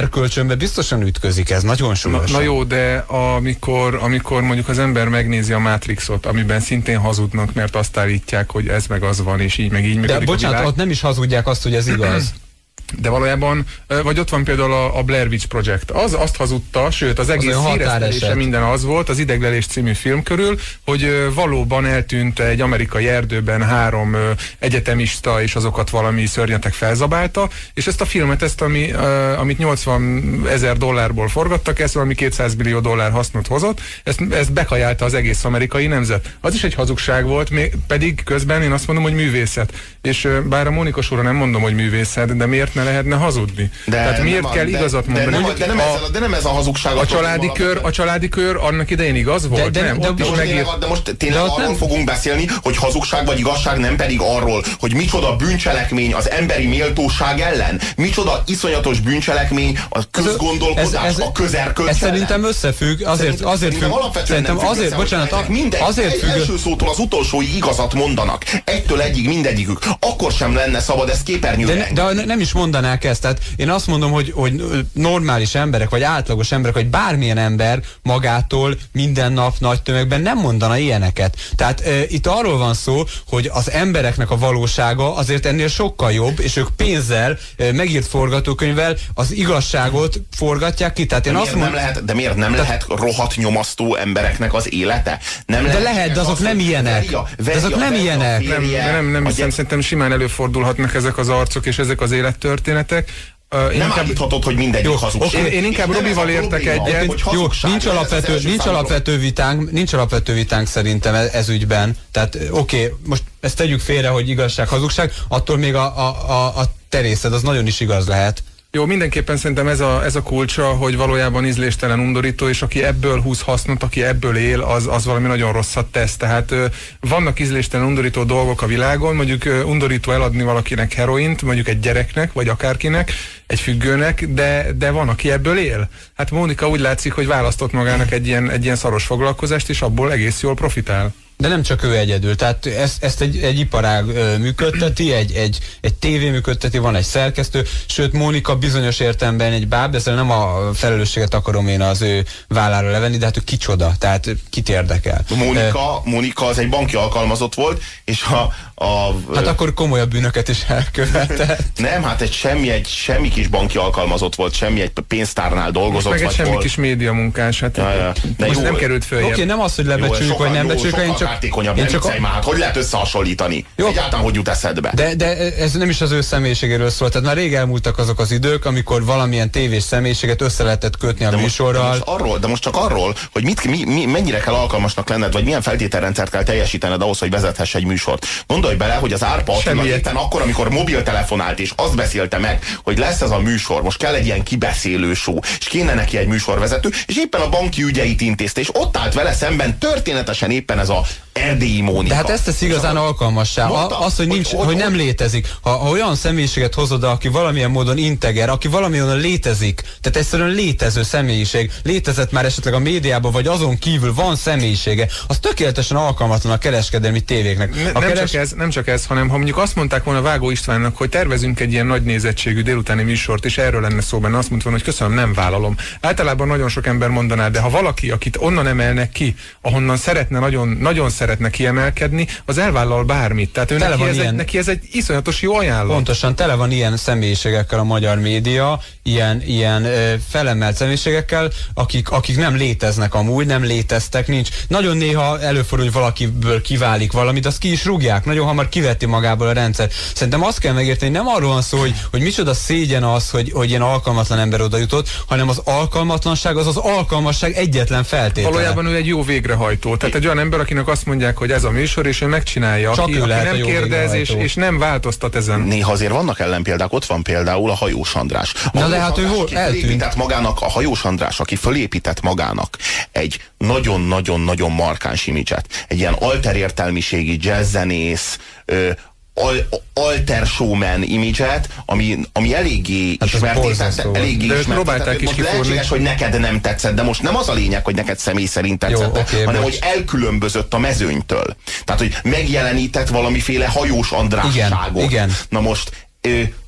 filmben biztosan ütközik ez, nagyon súlyosan. Na, na jó, de amikor, amikor mondjuk az ember megnézi a Matrixot, amiben szintén hazudnak, mert azt állítják, hogy ez meg az van, és így meg így működik. De bocsánat, ott nem is hazudják azt, hogy ez igaz. De valójában, vagy ott van például a, a Blair Witch Project. Az azt hazudta, sőt az egész híresztelése minden az volt, az Ideglelés című film körül, hogy valóban eltűnt egy amerikai erdőben három egyetemista, és azokat valami szörnyetek felzabálta, és ezt a filmet, ezt, ami, amit nyolcvan ezer dollárból forgattak, ezt valami kétszáz millió dollár hasznot hozott, ezt, ezt bekajálta az egész amerikai nemzet. Az is egy hazugság volt, még, pedig közben én azt mondom, hogy művészet. És bár a Mónika sorra nem mondom, hogy művészet, de miért ne lehetne hazudni? De Tehát miért nem, kell de, igazat mondani? De nem, de, nem a, de nem ez a hazugság. A családi kör, a családi kör annak idején igaz volt? De, de, nem, de, de, most megír... de most tényleg de arról nem... fogunk beszélni, hogy hazugság vagy igazság, nem pedig arról, hogy micsoda bűncselekmény az emberi méltóság ellen, micsoda iszonyatos bűncselekmény a közgondolkodás, ez, ez, a közerkölcs. Ez szerintem összefügg, azért, szerintem, azért függ. Szerintem azért, azért bocsánat, minden, azért függ. Első szótól az utolsóig igazat mondanak. Egytől egyig mindegyikük. Akkor sem lenne szabad ezt képernyőre. De, de nem is mondanák ezt. Tehát én azt mondom, hogy, hogy normális emberek, vagy átlagos emberek, vagy bármilyen ember magától minden nap nagy tömegben nem mondana ilyeneket. Tehát e, itt arról van szó, hogy az embereknek a valósága azért ennél sokkal jobb, és ők pénzzel, e, megírt forgatókönyvvel az igazságot forgatják ki. Tehát én de, azt miért mond... nem lehet, de miért nem tehát... lehet rohadt nyomasztó embereknek az élete? Nem de lehet, lehet, de azok nem ilyenek. Veria, veria, de azok nem veria, ilyenek. Nem, nem, nem hiszem, szerintem simán előfordulhatnak ezek az arcok és ezek az élettörténetek. Uh, nem inkább... állíthatod, hogy mindegyik hazugság. Én, én inkább Robival értek egyet. Jó, nincs alapvető, nincs alapvető vitánk, nincs alapvető vitánk szerintem ez, ez ügyben. Tehát oké, okay, most ezt tegyük félre, hogy igazság, hazugság, attól még a, a, a, a terészed, az nagyon is igaz lehet. Jó, mindenképpen szerintem ez a, ez a kulcsa, hogy valójában ízléstelen, undorító, és aki ebből húz hasznot, aki ebből él, az, az valami nagyon rosszat tesz. Tehát ö, vannak ízléstelen, undorító dolgok a világon, mondjuk ö, undorító eladni valakinek heroint, mondjuk egy gyereknek, vagy akárkinek, egy függőnek, de, de van, aki ebből él. Hát Mónika úgy látszik, hogy választott magának egy ilyen, egy ilyen szaros foglalkozást, és abból egész jól profitál. De nem csak ő egyedül, tehát ezt, ezt egy, egy iparág ö, működteti, egy, egy, egy tévé működteti, van egy szerkesztő, sőt Mónika bizonyos értelemben egy báb, ezzel nem a felelősséget akarom én az ő vállára levenni, de hát ő kicsoda, tehát kit érdekel. Mónika, Mónika az egy banki alkalmazott volt, és a, a... Hát akkor komolyabb bűnöket is elkövetett. Nem, hát egy semmi, egy semmi kis banki alkalmazott volt, semmi egy pénztárnál dolgozott. Meg egy semmi hol... kis média munkás, hát ja, ja. most jó, nem került följebb. Oké, okay, nem az, hogy lebecsüljük, vagy nem becsüljük, én csak... Kártékonyabb, nem csak a... már, hát hogy lehet összehasonlítani? Jó. Egyáltalán hogy jut eszedbe? De, de ez nem is az ő személyiségéről szól, tehát már rég elmúltak azok az idők, amikor valamilyen tévés személyiséget össze lehetett kötni a de műsorral. Most, de, most arról, de most csak arról, hogy mit, mi, mi, mennyire kell alkalmasnak lenned, vagy milyen feltételrendszert kell teljesítened ahhoz, hogy vezethess egy műsort. Gondolj bele, hogy az Árpa Attila éppen akkor, amikor mobiltelefonált, és azt beszélte meg, hogy lesz ez a műsor, most kell egy ilyen kibeszélő show, és kéne neki egy műsorvezető, és éppen a banki ügyeit intézte, és ott állt vele szemben történetesen éppen ez a Erdélyi Mónika. De hát ezt tesz igazán alkalmassá. Mondta, az, hogy, nincs, hogy, hogy, hogy nem létezik. Ha, ha olyan személyiséget hozod, aki valamilyen módon integer, aki valamilyen módon létezik, tehát egyszerűen létező személyiség, létezett már esetleg a médiában, vagy azon kívül van személyisége, az tökéletesen alkalmatlan a kereskedelmi tévéknek. Ne, a nem, keres... csak ez, nem csak ez, hanem ha mondjuk azt mondták volna Vágó Istvánnak, hogy tervezünk egy ilyen nagy nézettségű délutáni műsort, és erről lenne szó benne, azt mondta volna, hogy köszönöm, nem vállalom. Általában nagyon sok ember mondaná, de ha valaki, akit onnan emelnek ki, ahonnan szeretne, nagyon, nagyon szeretne kiemelkedni, az elvállal bármit. Tehát ő neki ez, egy, neki ez egy iszonyatos jó ajánlat. Pontosan, tele van ilyen személyiségekkel a magyar média, ilyen, ilyen ö, felemelt személyiségekkel, akik, akik nem léteznek amúgy, nem léteztek, nincs. Nagyon néha előfordul, hogy valakiből kiválik valamit, azt ki is rúgják, nagyon hamar kiveti magából a rendszer. Szerintem azt kell megérteni, nem arról van szó, hogy, hogy micsoda szégyen az, hogy, hogy ilyen alkalmatlan ember oda jutott, hanem az alkalmatlanság az az alkalmasság egyetlen feltétele. Valójában ő egy jó végrehajtó. Tehát egy olyan ember, akinek azt mondják, hogy ez a műsor, és ő megcsinálja. Csak aki, ő aki nem kérdez, és, és nem változtat ezen. Néha azért vannak ellenpéldák, ott van például a Hajós András. A Na Hajós de hát András, ő hol eltűnt? Magának, a Hajós András, aki fölépített magának egy nagyon-nagyon-nagyon markáns imidzset. Egy ilyen alterértelmiségi jazzzenész, ö, Al, alter showman imidzset, ami, ami eléggé hát ismertétett, eléggé ismertétett. Most lehetséges, hogy neked nem tetszett, de most nem az a lényeg, hogy neked személy szerint tetszett, Jó, okay, hanem bocs. hogy elkülönbözött a mezőnytől. Tehát, hogy megjelenített valamiféle Hajós Andrásságot. Igen, igen. Na most... Ö,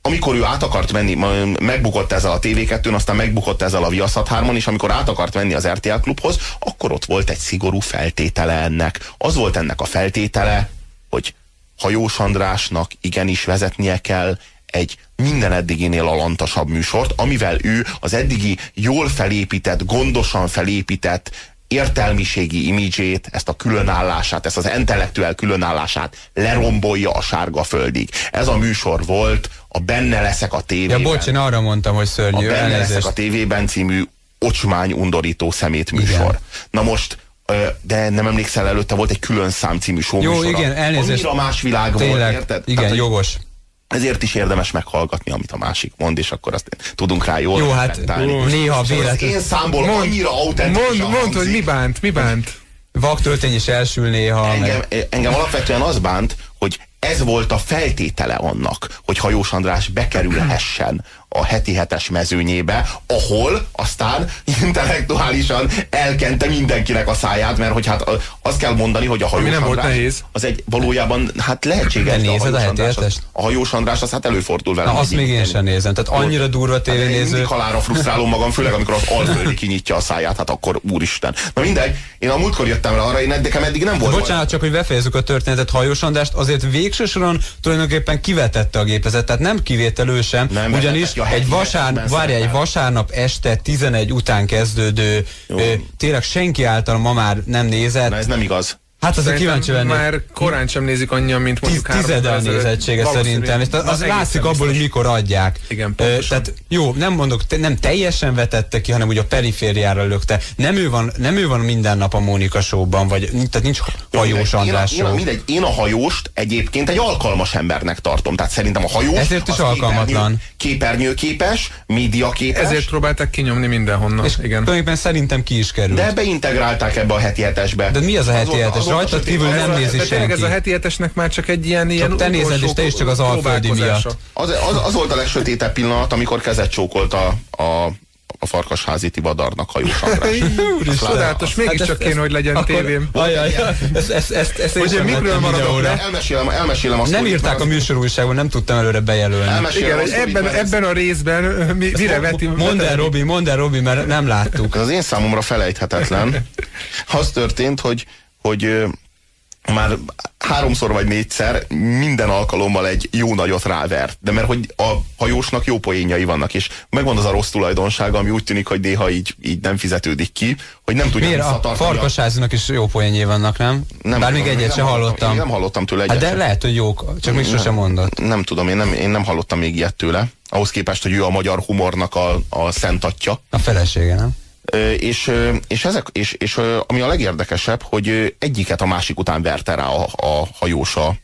amikor ő át akart menni, megbukott ezzel a té vé kettőn, aztán megbukott ezzel a Viaszat hármon, és amikor át akart menni az er té el Klubhoz, akkor ott volt egy szigorú feltétele ennek. Az volt ennek a feltétele, hogy Hajós Andrásnak igenis vezetnie kell egy minden eddiginél alantasabb műsort, amivel ő az eddigi jól felépített, gondosan felépített értelmiségi imidzsét, ezt a különállását, ezt az intellektuál különállását lerombolja a sárga földig. Ez a műsor volt a Benne leszek a tévében. Ja, bocs, én arra mondtam, hogy szörnyű. A Benne elnézést. leszek a tévében című ocsmány, undorító szemét műsor. Igen. Na most, de nem emlékszel, előtte volt egy Külön szám című show Jó, műsora. igen, elnézést. Annyira más világ Tényleg, volt, érted? igen, Tehát, jogos. Ezért is érdemes meghallgatni, amit a másik mond, és akkor azt tudunk rá jól Jó, hát ó, néha véletlen. Az én számból mond, annyira autentikus. Mond, mond, hogy mi bánt, mi bánt. Vaktöltény is elsül néha. Engem, meg... engem alapvetően az bánt, hogy ez volt a feltétele annak, hogy Hajós András bekerülhessen a heti hetes mezőnyébe, ahol aztán intellektuálisan elkente mindenkinek a száját, mert hogy hát azt kell mondani, hogy a Hajós nem András volt nehéz. az egy valójában hát lehetséges, de de a nézed a Hajós, heti András, az, hetest? a Hajós András az hát előfordul vele. Na, azt még én sem nézem, tehát annyira durva Hát én tévénéző. mindig halálra frusztrálom magam, főleg amikor az Alföldi kinyitja a száját, hát akkor úristen. Na mindegy, én a múltkor jöttem rá arra, én nekem eddig nem volt. Bocsánat, csak hogy befejezzük a történetet, Hajós Andrást azért végső soron tulajdonképpen kivetette a gépezet, tehát nem kivételő sem, Nem, ugyanis egy, vasár, várja, egy vasárnap este tizenegy után kezdődő, ö, tényleg senki által ma már nem nézett. Na ez nem igaz. Hát azért kíváncsi lennék. Már korán sem nézik annyian, mint mondjuk három Tizede a évvel ezelőtt. nézettsége szerintem. És az egészen látszik abból, biztos. hogy mikor adják. Igen, Ö, pontosan. tehát jó, nem mondok, te, nem teljesen vetette ki, hanem úgy a perifériára lökte. Nem ő van, nem ő van minden nap a Mónika Showban, vagy tehát nincs Hajós András én, a, én, a, show. mindegy, én a Hajóst egyébként egy alkalmas embernek tartom. Tehát szerintem a Hajós Ezért is az alkalmatlan. Képernyő, képernyőképes, médiaképes. Ezért próbálták kinyomni mindenhonnan. És Igen. tulajdonképpen szerintem ki is került. De beintegrálták ebbe a heti hetesbe. De mi az a heti volt- hetes? az volt a Rajtad sötét- kívül az nem volt- nézi De tényleg ez a senki. heti hetesnek már csak egy ilyen, ilyen te nézed, utolsó és te is csak az Alföldi próbálkozása. miatt. Az, az, az volt a legsötétebb pillanat, amikor kezet csókolt a, a, a Farkasházi Tibadarnak Hajós András. Úristen, csodálatos, mégiscsak kéne, hogy legyen tévém. Ajaj, ezt, ezt, ezt, ezt én Hogy én sem mikről vettem maradok videóra. le? Elmesélem, elmesélem azt. Nem írták a műsorújságban, nem tudtam előre bejelölni. Igen, hogy ebben, ebben a részben mi, mire veti? Mondd el, Robi, mondd el, Robi, mert nem láttuk. Ez az én számomra felejthetetlen. Az történt, hogy, hogy ö, már háromszor vagy négyszer minden alkalommal egy jó nagyot rávert. De mert hogy a Hajósnak jó poénjai vannak, és megvan az a rossz tulajdonsága, ami úgy tűnik, hogy néha így, így nem fizetődik ki, hogy nem tudja Miért? A visszatartani. Farkasházinak is jó poénjé vannak, nem? Nem Bár még tudom, egyet nem sem hallottam. hallottam. Én nem hallottam tőle egyet Hát de sem. lehet, hogy jók, csak még sosem mondott. Nem tudom, én nem, én nem hallottam még ilyet tőle. Ahhoz képest, hogy ő a magyar humornak a, a szent atya. A felesége, nem? Ö, és, ö, és, ezek, és, és ö, ami a legérdekesebb, hogy ö, egyiket a másik után verte rá a, a Hajós a,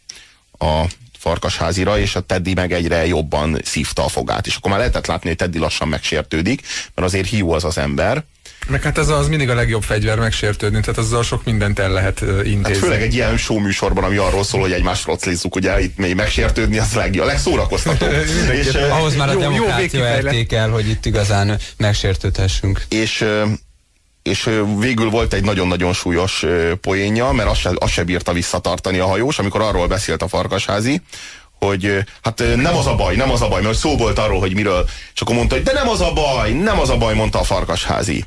a Farkasházira, és a Teddy meg egyre jobban szívta a fogát. És akkor már lehetett látni, hogy Teddy lassan megsértődik, mert azért hiú az az ember. Meg hát ez az mindig a legjobb fegyver megsértődni, tehát azzal sok mindent el lehet uh, intézni. Hát főleg egy ilyen show műsorban, ami arról szól, hogy egymást froclizzuk, ugye itt még megsértődni, az leg, a legszórakoztatóbb. és, ö, Ahhoz már a jó- jó demokrácia végkifejlet. értékel, hogy itt igazán megsértődhessünk. és, ö, és ö, végül volt egy nagyon-nagyon súlyos ö, poénja, mert azt se, azt se bírta visszatartani a Hajós, amikor arról beszélt a Farkasházi, hogy ö, hát ö, nem az a baj, nem az a baj, mert szó volt arról, hogy miről, és akkor mondta, hogy de nem az a baj, nem az a baj, mondta a Farkasházi.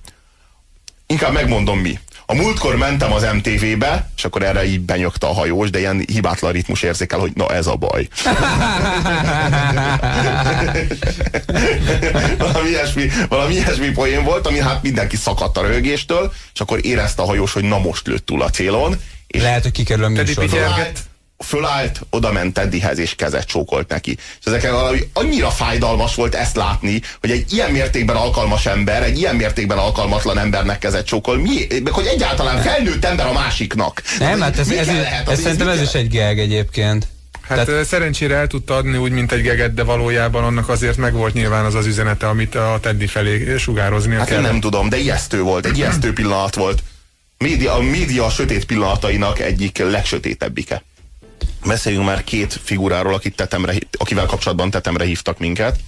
Inkább megmondom mi. A múltkor mentem az em té vé-be, és akkor erre így benyögte a Hajós, de ilyen hibátlan ritmus érzékel, hogy na ez a baj. valami, ilyesmi, valami ilyesmi poén volt, ami hát mindenki szakadt a röhögéstől, és akkor érezte a Hajós, hogy na most lőtt túl a célon. És Lehet, hogy kikerül a műsorból. fölállt, fölállt, oda ment Teddyhez, és kezet csókolt neki. És ezeken valami annyira fájdalmas volt ezt látni, hogy egy ilyen mértékben alkalmas ember, egy ilyen mértékben alkalmatlan embernek kezet csókol, mi, hogy egyáltalán felnőtt ember a másiknak. Nem, hát ez, Mi ez, kell ez, lehet? ez Az szerintem mi ez kell? is egy gag egyébként. Hát Tehát, szerencsére el tudta adni úgy, mint egy geget, de valójában annak azért megvolt nyilván az az üzenete, amit a Teddy felé sugároznia Hát kell. én nem tudom, de ijesztő volt, egy ijesztő pillanat volt. Média, a média sötét pillanatainak egyik legsötétebbike. Beszéljünk már két figuráról, akit tetemre, akivel kapcsolatban tetemre hívtak minket.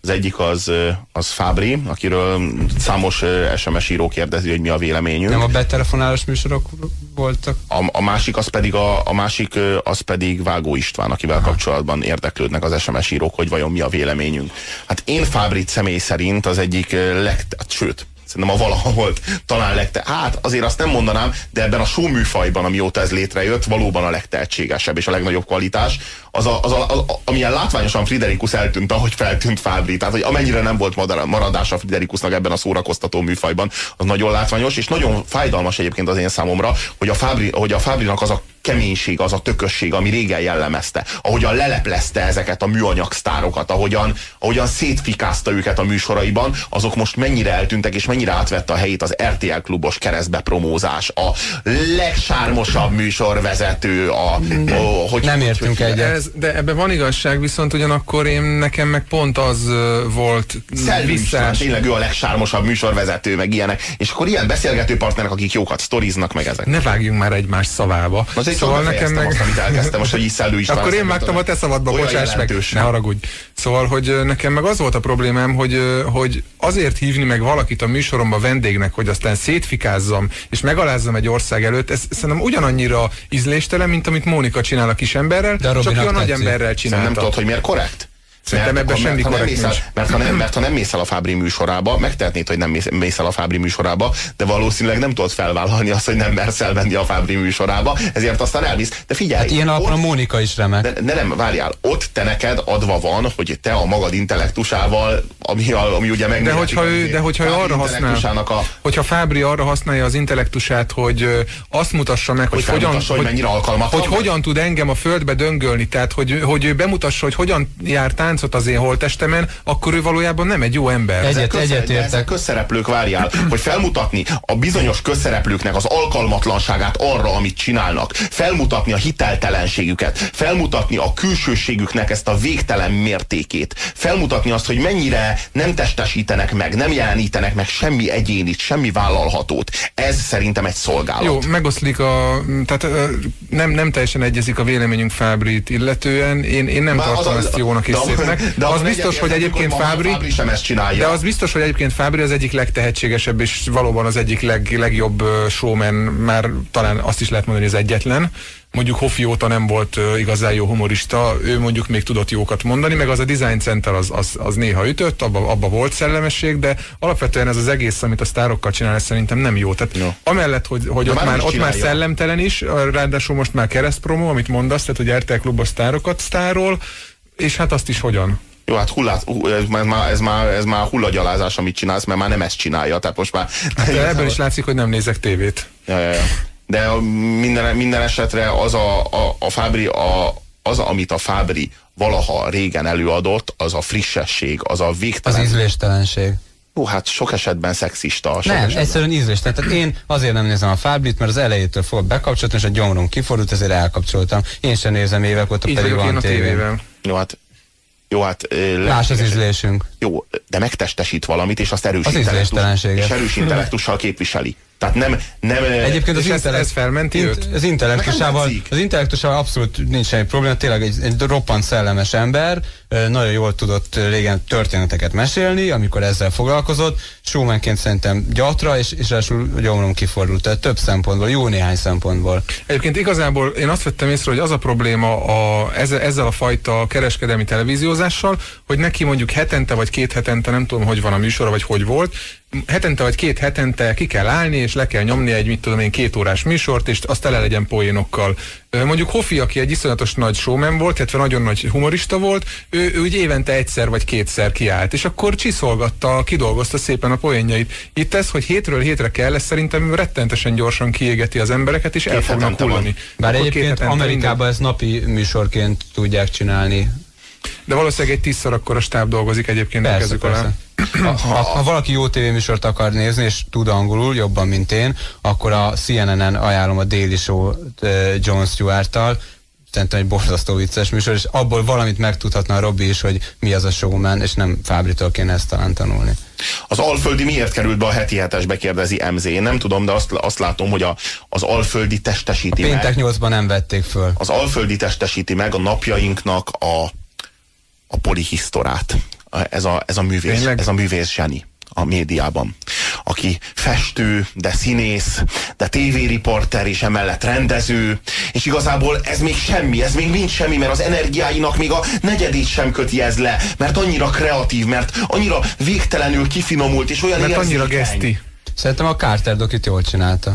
Az egyik az, az Fábri, akiről számos es em es író kérdezi, hogy mi a véleményünk. Nem a betelefonálós műsorok voltak? A, a másik az pedig a, a másik az pedig Vágó István, akivel Aha. kapcsolatban érdeklődnek az es em es írók, hogy vajon mi a véleményünk. Hát én Fábrit személy szerint az egyik leg... Sőt, szerintem a valaha volt talán legte... Hát azért azt nem mondanám, de ebben a show műfajban, amióta ez létrejött, valóban a legtehetségesebb és a legnagyobb kvalitás. Az, a, az, a, az a, amilyen látványosan Friderikus eltűnt, ahogy feltűnt Fábri. Tehát, hogy amennyire nem volt maradás a Friderikusnak ebben a szórakoztató műfajban, az nagyon látványos, és nagyon fájdalmas egyébként az én számomra, hogy a, Fábri, hogy a Fábrinak az a keménység, az a tökösség, ami régen jellemezte, ahogyan leleplezte ezeket a műanyag sztárokat, ahogyan, ahogyan szétfikázta őket a műsoraiban, azok most mennyire eltűntek, és mennyire átvette a helyét az er té el klubos keresztbepromózás, a legsármosabb műsorvezető, a... a hogy, nem értünk hogy, egyet. Ez, de ebben van igazság, viszont ugyanakkor én nekem meg pont az uh, volt visszás. Tényleg ő a legsármosabb műsorvezető, meg ilyenek, és akkor ilyen beszélgető partnerek, akik jókat sztoriznak, meg ezek. Ne vágjunk már egymás szavába. Szóval nekem meg... azt, amit elkezdtem most, hogy Iszellő István. Akkor én vágtam a te szabadba, bocsáss meg, ne haragudj. Szóval, hogy nekem meg az volt a problémám, hogy, hogy azért hívni meg valakit a műsoromba vendégnek, hogy aztán szétfikázzam, és megalázzam egy ország előtt, ez szerintem ugyanannyira ízléstelen, mint amit Mónika csinál a kis emberrel, csak ő a nagy emberrel csinálta. Nem tudod, hogy miért korrekt? Szerintem ebben semmi korrekt nincs. Mert ha, nem, mert ha nem mész el a Fábri műsorába, megtehetnéd, hogy nem mész, mész el a Fábri műsorába, de valószínűleg nem tudod felvállalni azt, hogy nem mersz elmenni a Fábri műsorába, ezért aztán elvisz. De figyelj! Hát ilyen alapon a Mónika is remek. De, de nem, várjál, ott te neked adva van, hogy te a magad intellektusával, ami, ami ugye meg... De hogyha ő, de hogyha ő arra használ, a, hogyha Fábri arra használja az intellektusát, hogy azt mutassa meg, hogy, hogy hogyan, hogy, hogy, mennyire alkalmatlan, hogy hogyan tud engem a földbe döngölni, tehát hogy, hogy ő bemutassa, hogy hogyan jár táncot az én holttestemen, akkor ő valójában nem egy jó ember. Egyet, egyet ezek közszereplők, várjál, hogy felmutatni a bizonyos közszereplőknek az alkalmatlanságát arra, amit csinálnak, felmutatni a hiteltelenségüket, felmutatni a külsőségüknek ezt a végtelen mértékét, felmutatni azt, hogy mennyire nem testesítenek meg, nem jelenítenek meg semmi egyénit, semmi vállalhatót. Ez szerintem egy szolgálat. Jó, megoszlik a... Tehát nem, nem teljesen egyezik a véleményünk Fábrit illetően. Én, én nem Már tartom az, ezt jónak és szépnek. De az biztos, hogy egyébként Fábri, Fábri sem ezt csinálja. De az biztos, hogy egyébként Fábri az egyik legtehetségesebb és valóban az egyik leg, legjobb showman, már talán azt is lehet mondani, hogy az egyetlen. Mondjuk Hofi óta nem volt uh, igazán jó humorista, ő mondjuk még tudott jókat mondani, meg az a Design Center az, az, az néha ütött, abba, abba volt szellemesség, de alapvetően ez az egész, amit a sztárokkal csinál, ez szerintem nem jó. Tehát no. amellett, hogy, hogy ott, már, ott már szellemtelen is, ráadásul most már keresztpromo, amit mondasz, tehát hogy er té el klubos sztárokat sztárol, és hát azt is hogyan? Jó, hát hullát, ez, már, ez, már, ez már hullagyalázás, amit csinálsz, mert már nem ezt csinálja, tehát most már... Hát de ebből is látszik, hogy nem nézek tévét. Ja, ja, ja. De minden, minden esetre az a, a, a Fábri, a, az, amit a Fábri valaha régen előadott, az a frissesség, az a végtelen... Az ízléstelenség. Jó, hát sok esetben szexista. Sok nem, esetben. egyszerűen ízléstelen. Tehát én azért nem nézem a Fábrit, mert az elejétől fogok bekapcsolni, és a gyomrom kifordult, ezért elkapcsoltam. Én sem nézem évek óta, így pedig van tévében. Jó, hát Jó, hát... Más az ízlésünk. Jó, de megtestesít valamit, és azt erős, az intellektus, és erős intellektussal képviseli. Tehát nem... nem Egyébként az ez, ez felmenti int, őt? Az intellektusával, az intellektusával abszolút nincs semmi probléma, tényleg egy, egy roppant szellemes ember, nagyon jól tudott régen történeteket mesélni, amikor ezzel foglalkozott, showmanként szerintem gyatra, és, és ráadásul gyomrom kifordult, tehát több szempontból, jó néhány szempontból. Egyébként igazából én azt vettem észre, hogy az a probléma a, ezzel, ezzel a fajta kereskedelmi televíziózással, hogy neki mondjuk hetente vagy két hetente, nem tudom, hogy van a műsora, vagy hogy volt, hetente vagy két hetente ki kell állni, és le kell nyomni egy, mit tudom én, két órás műsort, és azt tele legyen poénokkal. Mondjuk Hofi, aki egy iszonyatos nagy showman volt, illetve nagyon nagy humorista volt, ő, ő úgy évente egyszer vagy kétszer kiállt, és akkor csiszolgatta, kidolgozta szépen a poénjait. Itt ez, hogy hétről hétre kell, ez szerintem rettentesen gyorsan kiégeti az embereket, és el fognak hullani. Bár akkor egyébként Amerikában ezt napi műsorként tudják csinálni. De valószínűleg egy tízszer akkor a stáb dolgozik egyébként persze, a kezük alá. Ha, ha, ha valaki jó tévéműsort akar nézni, és tud angolul, jobban, mint én, akkor a C N N-en ajánlom a Daily Show Jon Stewart-tal, szerintem egy borzasztó vicces műsor, és abból valamit megtudhatna a Robi is, hogy mi az a showman, és nem Fábritól kéne ezt talán tanulni. Az Alföldi miért került be a heti hetesbe, kérdezi em zé. Én nem tudom, de azt, azt látom, hogy a, az Alföldi testesíti a meg. Péntek nyolcban nem vették föl. Az Alföldi testesíti meg a napjainknak a, a polihisztorát. ez a, ez a művész, Tényleg? ez a művész zseni a médiában, aki festő, de színész, de tévériporter, és emellett rendező, és igazából ez még semmi, ez még nincs semmi, mert az energiáinak még a negyedét sem köti ez le, mert annyira kreatív, mert annyira végtelenül kifinomult, és olyan Mert érzékeny. annyira geszti. Szerintem a Carter dokit jól csinálta.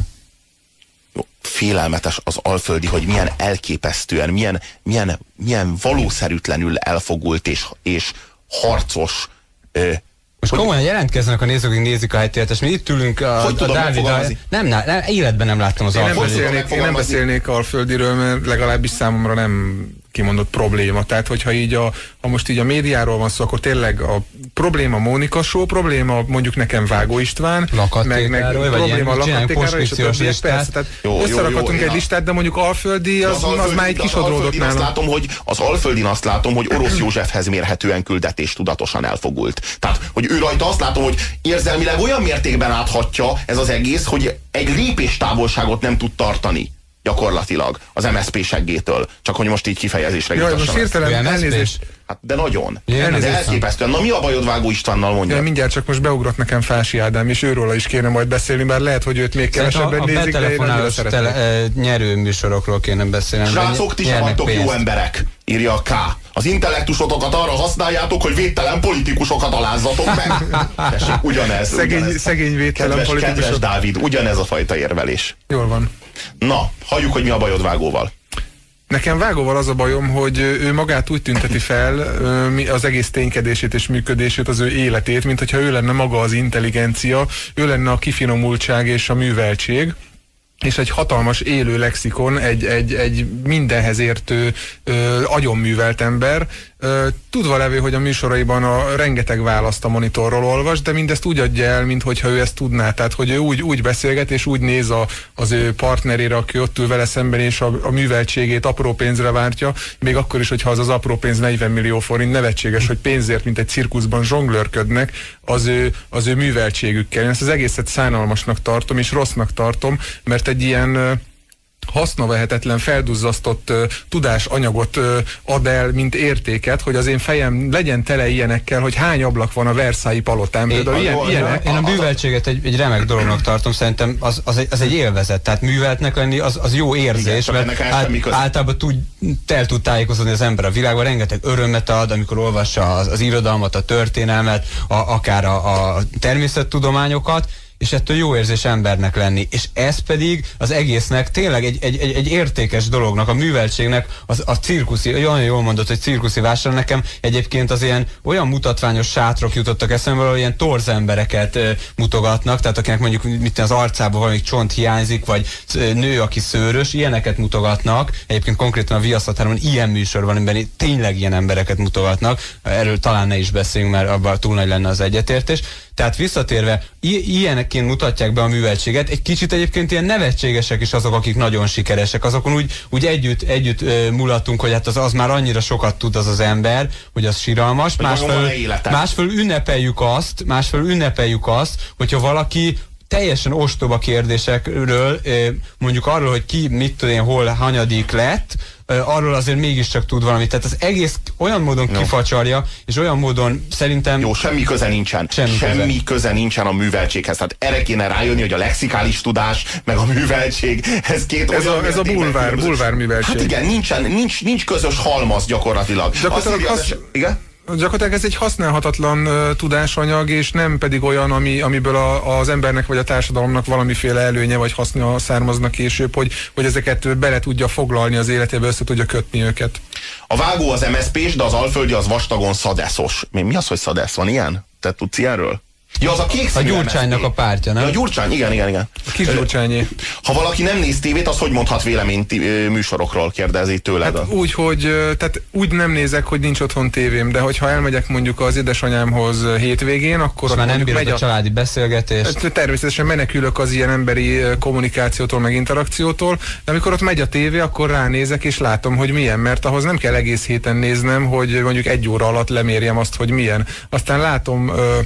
Félelmetes az Alföldi, hogy milyen elképesztően, milyen, milyen, milyen valószerűtlenül elfogult és, és harcos. Ö, Most hogy, komolyan jelentkeznek a nézők, akik nézik a helytéletes. Mi itt ülünk a, Hogy a tudom Dávid. megfogalmazni? Nem, nem, nem, életben nem láttam az Én nem, Alföldit. beszélnék, én nem beszélnék Alföldiről, mert legalábbis számomra nem kimondott probléma. Tehát, hogyha így a, ha most így a médiáról van szó, akkor tényleg a probléma Mónika Show, probléma mondjuk nekem Vágó István, meg, meg probléma a lakattékáról és a többiek, persze. Tehát jó, összerakhatunk egy listát, de mondjuk Alföldi az, az, Alföldi, az már egy kisodródott nálam. Azt látom, hogy az Alföldin azt látom, hogy Orosz Józsefhez mérhetően küldetés tudatosan elfogult. Tehát, hogy ő rajta azt látom, hogy érzelmileg olyan mértékben áthatja ez az egész, hogy egy lépés távolságot nem tud tartani. Gyakorlatilag az em es zé pé seggétől. Csak hogy most így kifejezésre Jaj, most hirtelen elnézést. Hát de nagyon. Jaj, de elképesztően. Na mi a bajod Vágó Istvánnal, mondja? Ja, mindjárt csak most beugrott nekem Fási Ádám, és őróla is kéne majd beszélni, bár lehet, hogy őt még kevesebben a, a nézik, de én annyira szeretem. tele, nyerő műsorokról kéne beszélni. Srácok, ti sem vagytok jó emberek, írja a K. Az intellektusotokat arra használjátok, hogy védtelen politikusokat alázzatok meg. Tessék, ugyanez. Szegény, ugyanez. szegény védtelen kedves, politikusok. kedves Dávid, ugyanez a fajta érvelés. Jól van. Na, halljuk, hogy mi a bajod Vágóval. Nekem Vágóval az a bajom, hogy ő magát úgy tünteti fel, az egész ténykedését és működését, az ő életét, mint hogyha ő lenne maga az intelligencia, ő lenne a kifinomultság és a műveltség, és egy hatalmas élő lexikon, egy, egy, egy mindenhez értő, ö, agyonművelt ember, ö, tudva levő, hogy a műsoraiban a rengeteg választ a monitorról olvas, de mindezt úgy adja el, minthogyha ő ezt tudná. Tehát, hogy ő úgy, úgy beszélget, és úgy néz a, az ő partnerére, aki ott ül vele szemben, és a, a műveltségét apró pénzre vártja, még akkor is, hogyha az az apró pénz negyven millió forint, nevetséges, hogy pénzért, mint egy cirkuszban zsonglőrködnek az ő, az ő műveltségükkel. Én ezt az egészet szánalmasnak tartom, és rossznak tartom, mert egy ilyen hasznavehetetlen, felduzzasztott uh, tudásanyagot uh, ad el, mint értéket, hogy az én fejem legyen tele ilyenekkel, hogy hány ablak van a Versailles palotán. Én, ilyen, a, ilyenek. Én a műveltséget egy, egy remek dolognak tartom, szerintem az, az, egy, az egy élvezet. Tehát műveltnek lenni az, az jó érzés, igen, mert át, általában tud, el tud tájékozódni az ember a világban, rengeteg örömet ad, amikor olvassa az, az irodalmat, a történelmet, a, akár a, a természettudományokat, és ettől jó érzés embernek lenni. És ez pedig az egésznek tényleg egy, egy, egy, egy értékes dolognak, a műveltségnek, az, a cirkuszi, olyan jól mondott, hogy cirkuszi vásár, nekem egyébként az ilyen olyan mutatványos sátrok jutottak eszembe, ahol ilyen torz embereket e, mutogatnak, tehát akinek mondjuk mit az arcában valami csont hiányzik, vagy nő, aki szőrös, ilyeneket mutogatnak. Egyébként konkrétan a Viaszat háromon ilyen műsor van, amiben tényleg ilyen embereket mutogatnak. Erről talán ne is beszéljünk, mert abban túl nagy lenne az egyetértés. Tehát visszatérve, ilyenekként mutatják be a műveltséget. Egy kicsit egyébként ilyen nevetségesek is azok, akik nagyon sikeresek. Azokon úgy, úgy együtt, együtt uh, mulatunk, hogy hát az, az már annyira sokat tud az az ember, hogy az siralmas. Másfelől, másfelől ünnepeljük azt, másfelől ünnepeljük azt, hogyha valaki teljesen ostoba kérdésekről, mondjuk arról, hogy ki, mit tudom én, hol hanyadik lett, arról azért mégiscsak tud valamit. Tehát az egész olyan módon jó. kifacsarja, és olyan módon szerintem... Jó, semmi köze nincsen. Semmi, semmi köze. köze nincsen a műveltséghez. Tehát erre kéne rájönni, hogy a lexikális tudás, meg a műveltség, ez két ez olyan... A, ez a bulvár, bulvár műveltség. Hát igen, nincsen, nincs, nincs közös halmaz gyakorlatilag. Gyakorlatilag Azt, az... az, igen? Gyakorlatilag ez egy használhatatlan uh, tudásanyag, és nem pedig olyan, ami, amiből a, az embernek vagy a társadalomnak valamiféle előnye vagy haszna származnak később, hogy, hogy ezeket bele tudja foglalni az életébe, össze tudja kötni őket. A Vágó az em es zé pés, de az Alföldi az vastagon szadeszos. Mi, mi az, hogy szadesz? Van ilyen? Te tudsz ilyenről? Ja, az a kék a Gyurcsánynak a pártja, nem? Ja, a Gyurcsány, igen, igen, igen. A kis Gyurcsányé. Ha valaki nem néz tévét, az hogy mondhat véleményt műsorokról, kérdezi tőled? Hát úgy, hogy tehát úgy nem nézek, hogy nincs otthon tévém, de hogyha elmegyek mondjuk az édesanyámhoz hétvégén, akkor már nem bírod a, a családi beszélgetést. Természetesen menekülök az ilyen emberi kommunikációtól, meg interakciótól, de amikor ott megy a tévé, akkor ránézek és látom, hogy milyen, mert ahhoz nem kell egész héten néznem, hogy mondjuk egy óra alatt lemérjem azt, hogy milyen. Aztán látom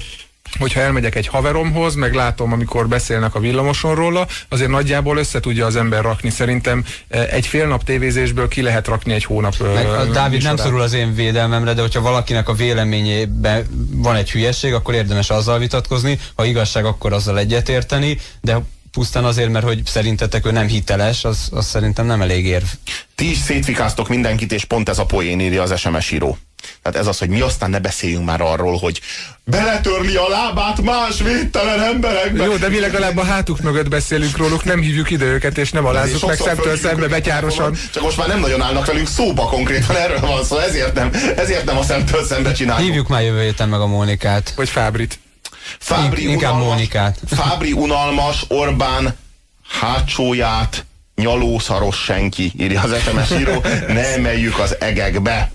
hogyha elmegyek egy haveromhoz, meg látom, amikor beszélnek a villamoson róla, azért nagyjából össze tudja az ember rakni. Szerintem egy fél nap tévézésből ki lehet rakni egy hónap. Meg a Dávid nem szorul az én védelmemre, de hogyha valakinek a véleményében van egy hülyeség, akkor érdemes azzal vitatkozni, ha igazság, akkor azzal egyetérteni, de pusztán azért, mert hogy szerintetek ő nem hiteles, az, az szerintem nem elég érv. Ti is szétfikáztok mindenkit, és pont ez a poén, írja az es em es író. Tehát ez az, hogy mi aztán ne beszéljünk már arról, hogy beletörli a lábát más védtelen emberekbe. Jó, de mi legalább a hátuk mögött beszélünk róluk, nem hívjuk ide őket, és nem alázzuk meg szemtől szembe betyárosan. Csak most már nem nagyon állnak velünk szóba konkrétan, erről van szó, ezért nem, ezért nem a szemtől szembe csináljuk. Hívjuk már jövő héten meg a Mónikát. Vagy Fábrit. Fábri Inkább unalmas, Mónikát. Fábri unalmas, Orbán hátsóját nyalószaros senki, írja az es em es író, ne emeljük az egekbe.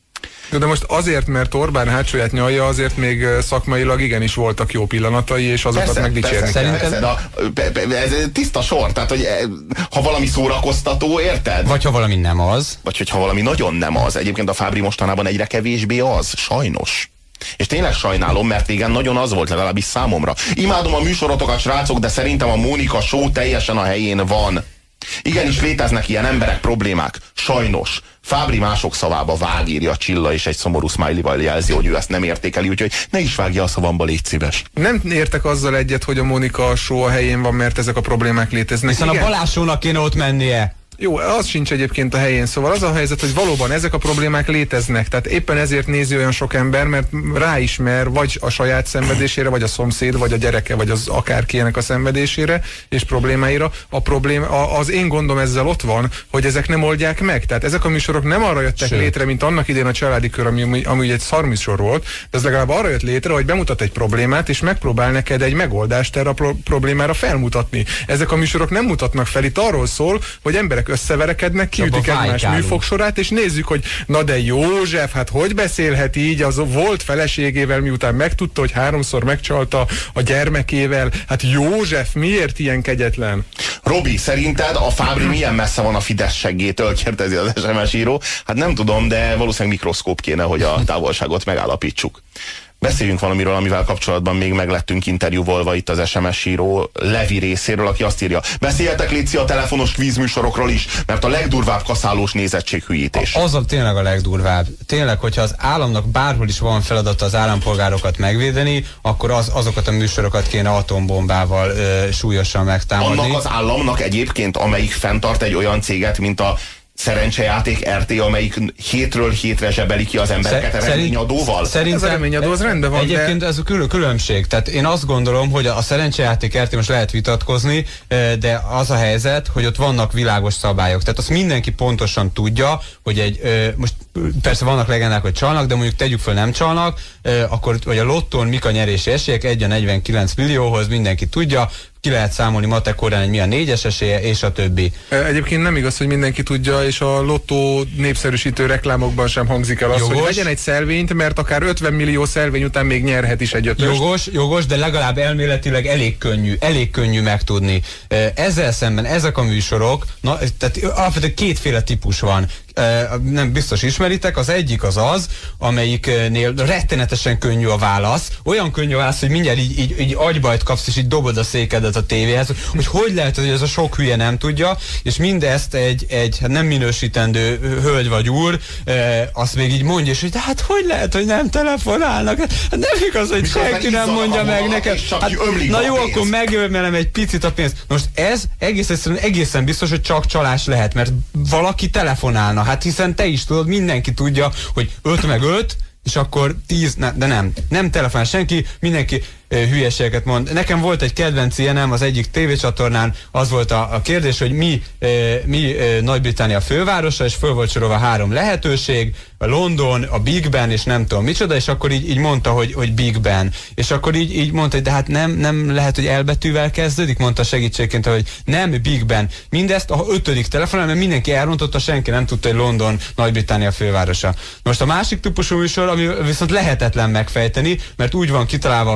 De most azért, mert Orbán hátsóját nyalja, azért még szakmailag igenis voltak jó pillanatai, és azokat persze, megdicsérni. persze, Szerintem... persze, de ez tiszta sor, tehát hogy ha valami szórakoztató, érted? Vagy ha valami nem az. Vagy hogyha valami nagyon nem az. Egyébként a Fábri mostanában egyre kevésbé az, sajnos. És tényleg sajnálom, mert régen nagyon az volt, legalábbis számomra. Imádom a műsorotokat, srácok, de szerintem a Mónika show teljesen a helyén van. Igenis léteznek ilyen emberek, problémák. Sajnos. Fábri mások szavába vág, írja Csilla, és egy szomorú smiley-val jelzi, hogy ő ezt nem értékeli, úgyhogy ne is vágja a szavamba, légy szíves. Nem értek azzal egyet, hogy a Mónika show a helyén van, mert ezek a problémák léteznek. Hiszen igen? a Balázsónak kéne ott mennie. Jó, az sincs egyébként a helyén, szóval az a helyzet, hogy valóban ezek a problémák léteznek, tehát éppen ezért nézi olyan sok ember, mert ráismer vagy a saját szenvedésére, vagy a szomszéd, vagy a gyereke, vagy az akárkinek a szenvedésére és problémáira. A problém, a, az én gondom ezzel ott van, hogy ezek nem oldják meg, tehát ezek a műsorok nem arra jöttek Sőt. létre, mint annak idén a Családi Kör, ami, ami egy szarműsor volt, de ez legalább arra jött létre, hogy bemutat egy problémát, és megpróbál neked egy megoldást erre a pro problémára felmutatni. Ezek a műsorok nem mutatnak fel, itt arról szól, hogy emberek összeverekednek, kiütik egymás műfogsorát, és nézzük, hogy na de József, hát hogy beszélhet így az volt feleségével, miután megtudta, hogy háromszor megcsalta a gyermekével. Hát József, miért ilyen kegyetlen? Robi, szerinted a Fábri milyen messze van a Fidesz seggétől, kérdezi az es em es író. Hát nem tudom, de valószínűleg mikroszkóp kéne, hogy a távolságot megállapítsuk. Beszéljünk valamiről, amivel kapcsolatban még meglettünk interjúvolva itt az es em es író Levi részéről, aki azt írja: beszéljetek létszi a telefonos kvízműsorokról is, mert a legdurvább kaszálós nézettséghülyítés. Az a tényleg a legdurvább. Tényleg, hogyha az államnak bárhol is van feladata az állampolgárokat megvédeni, akkor az, azokat a műsorokat kéne atombombával ö, súlyosan megtámadni. Annak az államnak egyébként, amelyik fenntart egy olyan céget, mint a szerencsejáték er té, amelyik hétről hétre zsebeli ki az embereket reményadóval? Szerintem ez a reményadó az rendben van, egyébként de... ez a külön különbség. Tehát én azt gondolom, hogy a szerencsejáték er té most lehet vitatkozni, de az a helyzet, hogy ott vannak világos szabályok. Tehát azt mindenki pontosan tudja, hogy egy, most persze vannak legendák, hogy csalnak, de mondjuk tegyük föl, nem csalnak, akkor hogy a lottón mik a nyerési esélyek, egy a negyvenkilenc millióhoz mindenki tudja, ki lehet számolni matek korán, hogy mi a négyes esélye, és a többi. Egyébként nem igaz, hogy mindenki tudja, és a lottó népszerűsítő reklámokban sem hangzik el az, jogos, hogy vegyen egy szelvényt, mert akár ötven millió szelvény után még nyerhet is egy ötöst. Jogos, jogos, de legalább elméletileg elég könnyű, elég könnyű megtudni. Ezzel szemben ezek a műsorok, na, tehát alapvetően kétféle típus van. Nem biztos ismeritek, az egyik az az, amelyiknél rettenetesen könnyű a válasz, olyan könnyű a válasz, hogy mindjárt így, így, így agybajt kapsz, és így dobod a székedet a tévéhez, hogy hogy lehet, hogy ez a sok hülye nem tudja, és mindezt egy, egy hát nem minősítendő hölgy vagy úr, e, azt még így mondja, és hogy de hát hogy lehet, hogy nem telefonálnak? Hát nem igaz, hogy mikor senki nem mondja meg nekem. Hát, na jó, akkor megjömmelem egy picit a pénzt. Most ez egészen, egészen biztos, hogy csak csalás lehet, mert valaki telefonálna. Hát hiszen te is tudod, mindenki tudja, hogy öt meg öt, és akkor tíz, ne, de nem, nem telefonál senki, mindenki e, hülyeségeket mond. Nekem volt egy kedvenc ilyenem az egyik tévécsatornán, az volt a, a kérdés, hogy mi, e, mi e, Nagy-Britannia fővárosa, és föl volt sorolva három lehetőség, a London, a Big Ben, és nem tudom micsoda, és akkor így, így mondta, hogy, hogy Big Ben. És akkor így, így mondta, hogy de hát nem, nem lehet, hogy elbetűvel kezdődik, mondta segítségként, hogy nem Big Ben. Mindezt a ötödik telefonál, mert mindenki elrontotta, senki nem tudta, hogy London Nagy-Britannia fővárosa. Most a másik típusú műsor, ami viszont lehetetlen megfejteni, mert úgy van kitalálva a feladat,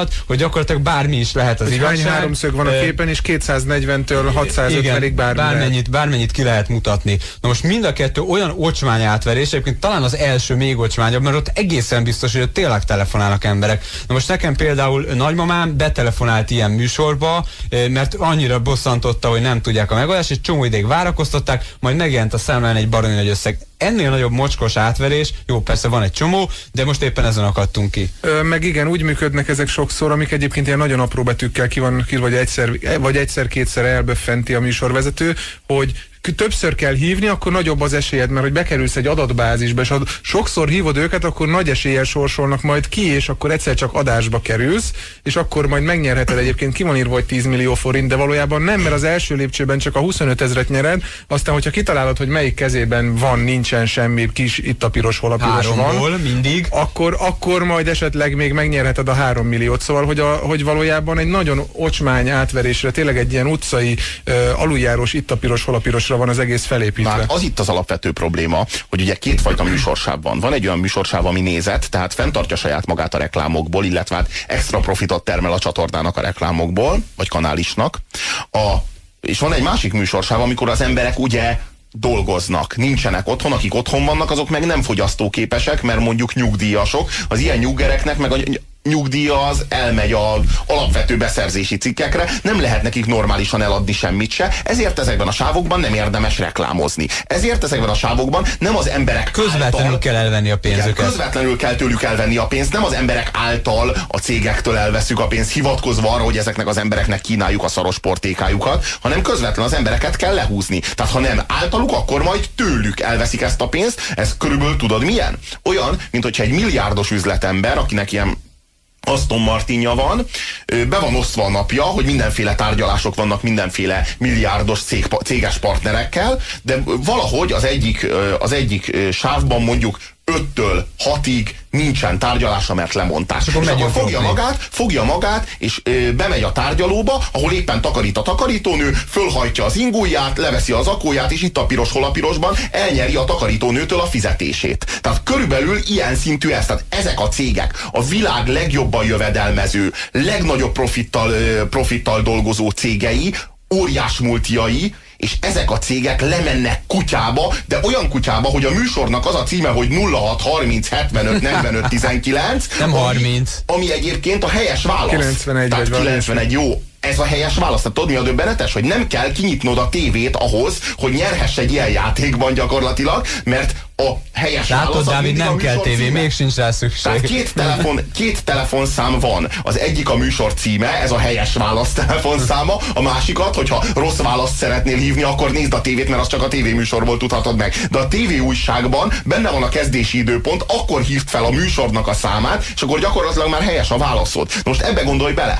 alatt, hogy gyakorlatilag bármi is lehet az igazság. Hány háromszög van a képen, és kétszáznegyventől hatszázötvenig bármi bármennyit, bármennyit ki lehet mutatni. Na most mind a kettő olyan ocsmány átverés, egyébként talán az első még ocsmányabb, mert ott egészen biztos, hogy ott tényleg telefonálnak emberek. Na most nekem például nagymamám betelefonált ilyen műsorba, mert annyira bosszantotta, hogy nem tudják a megoldást, és csomó ideig várakoztatták, majd megjelent a számlán egy baromi nagy összeg. Ennél nagyobb mocskos átverés, jó, persze van egy csomó, de most éppen ezen akadtunk ki. Ö, meg igen, úgy működnek ezek sokszor, amik egyébként ilyen nagyon apró betűkkel ki vannak, vagy egyszer, vagy egyszer-kétszer elböffenti a műsorvezető, hogy többször kell hívni, akkor nagyobb az esélyed, mert hogy bekerülsz egy adatbázisba, és ha sokszor hívod őket, akkor nagy eséllyel sorsolnak majd ki, és akkor egyszer csak adásba kerülsz, és akkor majd megnyerheted. Egyébként ki van írva, hogy tíz millió forint, de valójában nem, mert az első lépcsőben csak a huszonöt ezret nyered, aztán, hogyha kitalálod, hogy melyik kezében van, nincsen semmi, kis, itt a piros, hol a piros Háromból, van, mindig. Akkor, akkor majd esetleg még megnyerheted a három milliót. Szóval, hogy, a, hogy valójában egy nagyon ocsmány átverésre, tényleg egy ilyen utcai uh, aluljárós, itt a piros, hol a pirosra van az egész felépítve. Már az itt az alapvető probléma, hogy ugye kétfajta műsorsáv van. Van egy olyan műsorsáv, ami nézett, tehát fenntartja saját magát a reklámokból, illetve hát extra profitot termel a csatornának a reklámokból, vagy kanálisnak. A, és van egy másik műsorsáv, amikor az emberek ugye dolgoznak, nincsenek otthon, akik otthon vannak, azok meg nem fogyasztóképesek, mert mondjuk nyugdíjasok. Az ilyen nyuggereknek meg a nyugdíja az elmegy az alapvető beszerzési cikkekre, nem lehet nekik normálisan eladni semmit se, ezért ezekben a sávokban nem érdemes reklámozni. Ezért ezekben a sávokban nem az emberek közvetlenül által, kell elvenni a pénzüket. Igen, közvetlenül kell tőlük elvenni a pénzt, nem az emberek által a cégektől elveszük a pénzt, hivatkozva arra, hogy ezeknek az embereknek kínáljuk a szaros portékájukat, hanem közvetlen az embereket kell lehúzni. Tehát ha nem általuk, akkor majd tőlük elveszik ezt a pénzt. Ez körülbelül tudod milyen? Olyan, mint hogyha egy milliárdos üzletember, akinek ilyen Aston Martinja van, be van osztva a napja, hogy mindenféle tárgyalások vannak mindenféle milliárdos cég, céges partnerekkel, de valahogy az egyik, az egyik sávban mondjuk öttől hatig nincsen tárgyalása, mert lemondták. És, és akkor fogja magát, fogja magát, és ö, bemegy a tárgyalóba, ahol éppen takarít a takarítónő, fölhajtja az ingóját, leveszi az akóját, és itt a piros, hol a pirosban elnyeri a takarítónőtől a fizetését. Tehát körülbelül ilyen szintű ez. Tehát ezek a cégek a világ legjobban jövedelmező, legnagyobb profittal, ö, profittal dolgozó cégei, óriás multiai, és ezek a cégek lemennek kutyába, de olyan kutyába, hogy a műsornak az a címe, hogy nulla hat harminc hetvenöt negyvenöt tizenkilenc, nem harminc. Ami, ami egyébként a helyes válasz. kilencvenegy, Tehát kilencvenegy, jó. Ez a helyes válasz. Tehát tudod, mi a döbbenetes? Hogy nem kell kinyitnod a tévét ahhoz, hogy nyerhess egy ilyen játékban gyakorlatilag, mert a helyes Látod, válasz... Dávid, nem kell tévé, még sincs rá szükség. Tehát két, telefon, két telefonszám van. Az egyik a műsor címe, ez a helyes válasz telefonszáma, a másikat, hogyha rossz választ szeretnél hívni, akkor nézd a tévét, mert az csak a tévéműsorból tudhatod meg. De a tévé újságban benne van a kezdési időpont, akkor hívd fel a műsornak a számát, és akkor gyakorlatilag már helyes a válaszod. Most ebbe gondolj bele.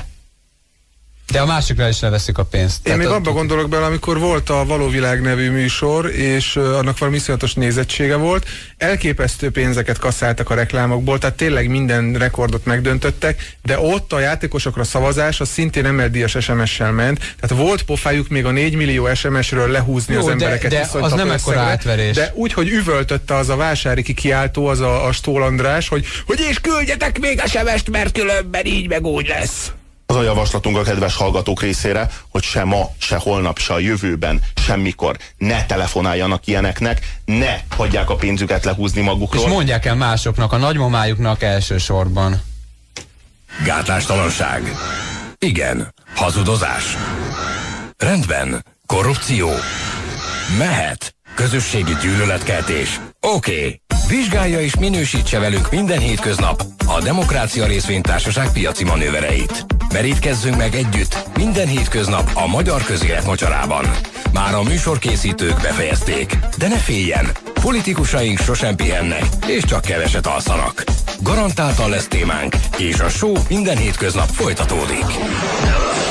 De a másikra is leveszik a pénzt. Én még abba gondolok bele, amikor volt a Való Világ nevű műsor, és uh, annak valami iszonyatos nézettsége volt, elképesztő pénzeket kasszáltak a reklámokból, tehát tényleg minden rekordot megdöntöttek, de ott a játékosokra szavazás az szintén em el díjas es em es-sel ment, tehát volt pofájuk még a négy millió es em es-ről lehúzni jó, az embereket. De, de az nem ekkora átverés. De úgy, hogy üvöltötte az a vásári kikiáltó, az a, a Stól András, hogy, hogy és küldjetek még es em es-t, mert különben így meg úgy lesz. Az a javaslatunk a kedves hallgatók részére, hogy se ma, se holnap, se a jövőben, semmikor ne telefonáljanak ilyeneknek, ne hagyják a pénzüket lehúzni magukról. És mondják el másoknak, a nagymamájuknak elsősorban. Gátlástalanság. Igen. Hazudozás. Rendben. Korrupció. Mehet. Közösségi gyűlöletkeltés. Oké. Okay. Vizsgálja és minősítse velünk minden hétköznap a Demokrácia Részvénytársaság piaci manővereit. Merítkezzünk meg együtt minden hétköznap a magyar közélet mocsarában. Már a műsorkészítők befejezték, de ne féljen, politikusaink sosem pihennek, és csak keveset alszanak. Garantáltan lesz témánk, és a show minden hétköznap folytatódik.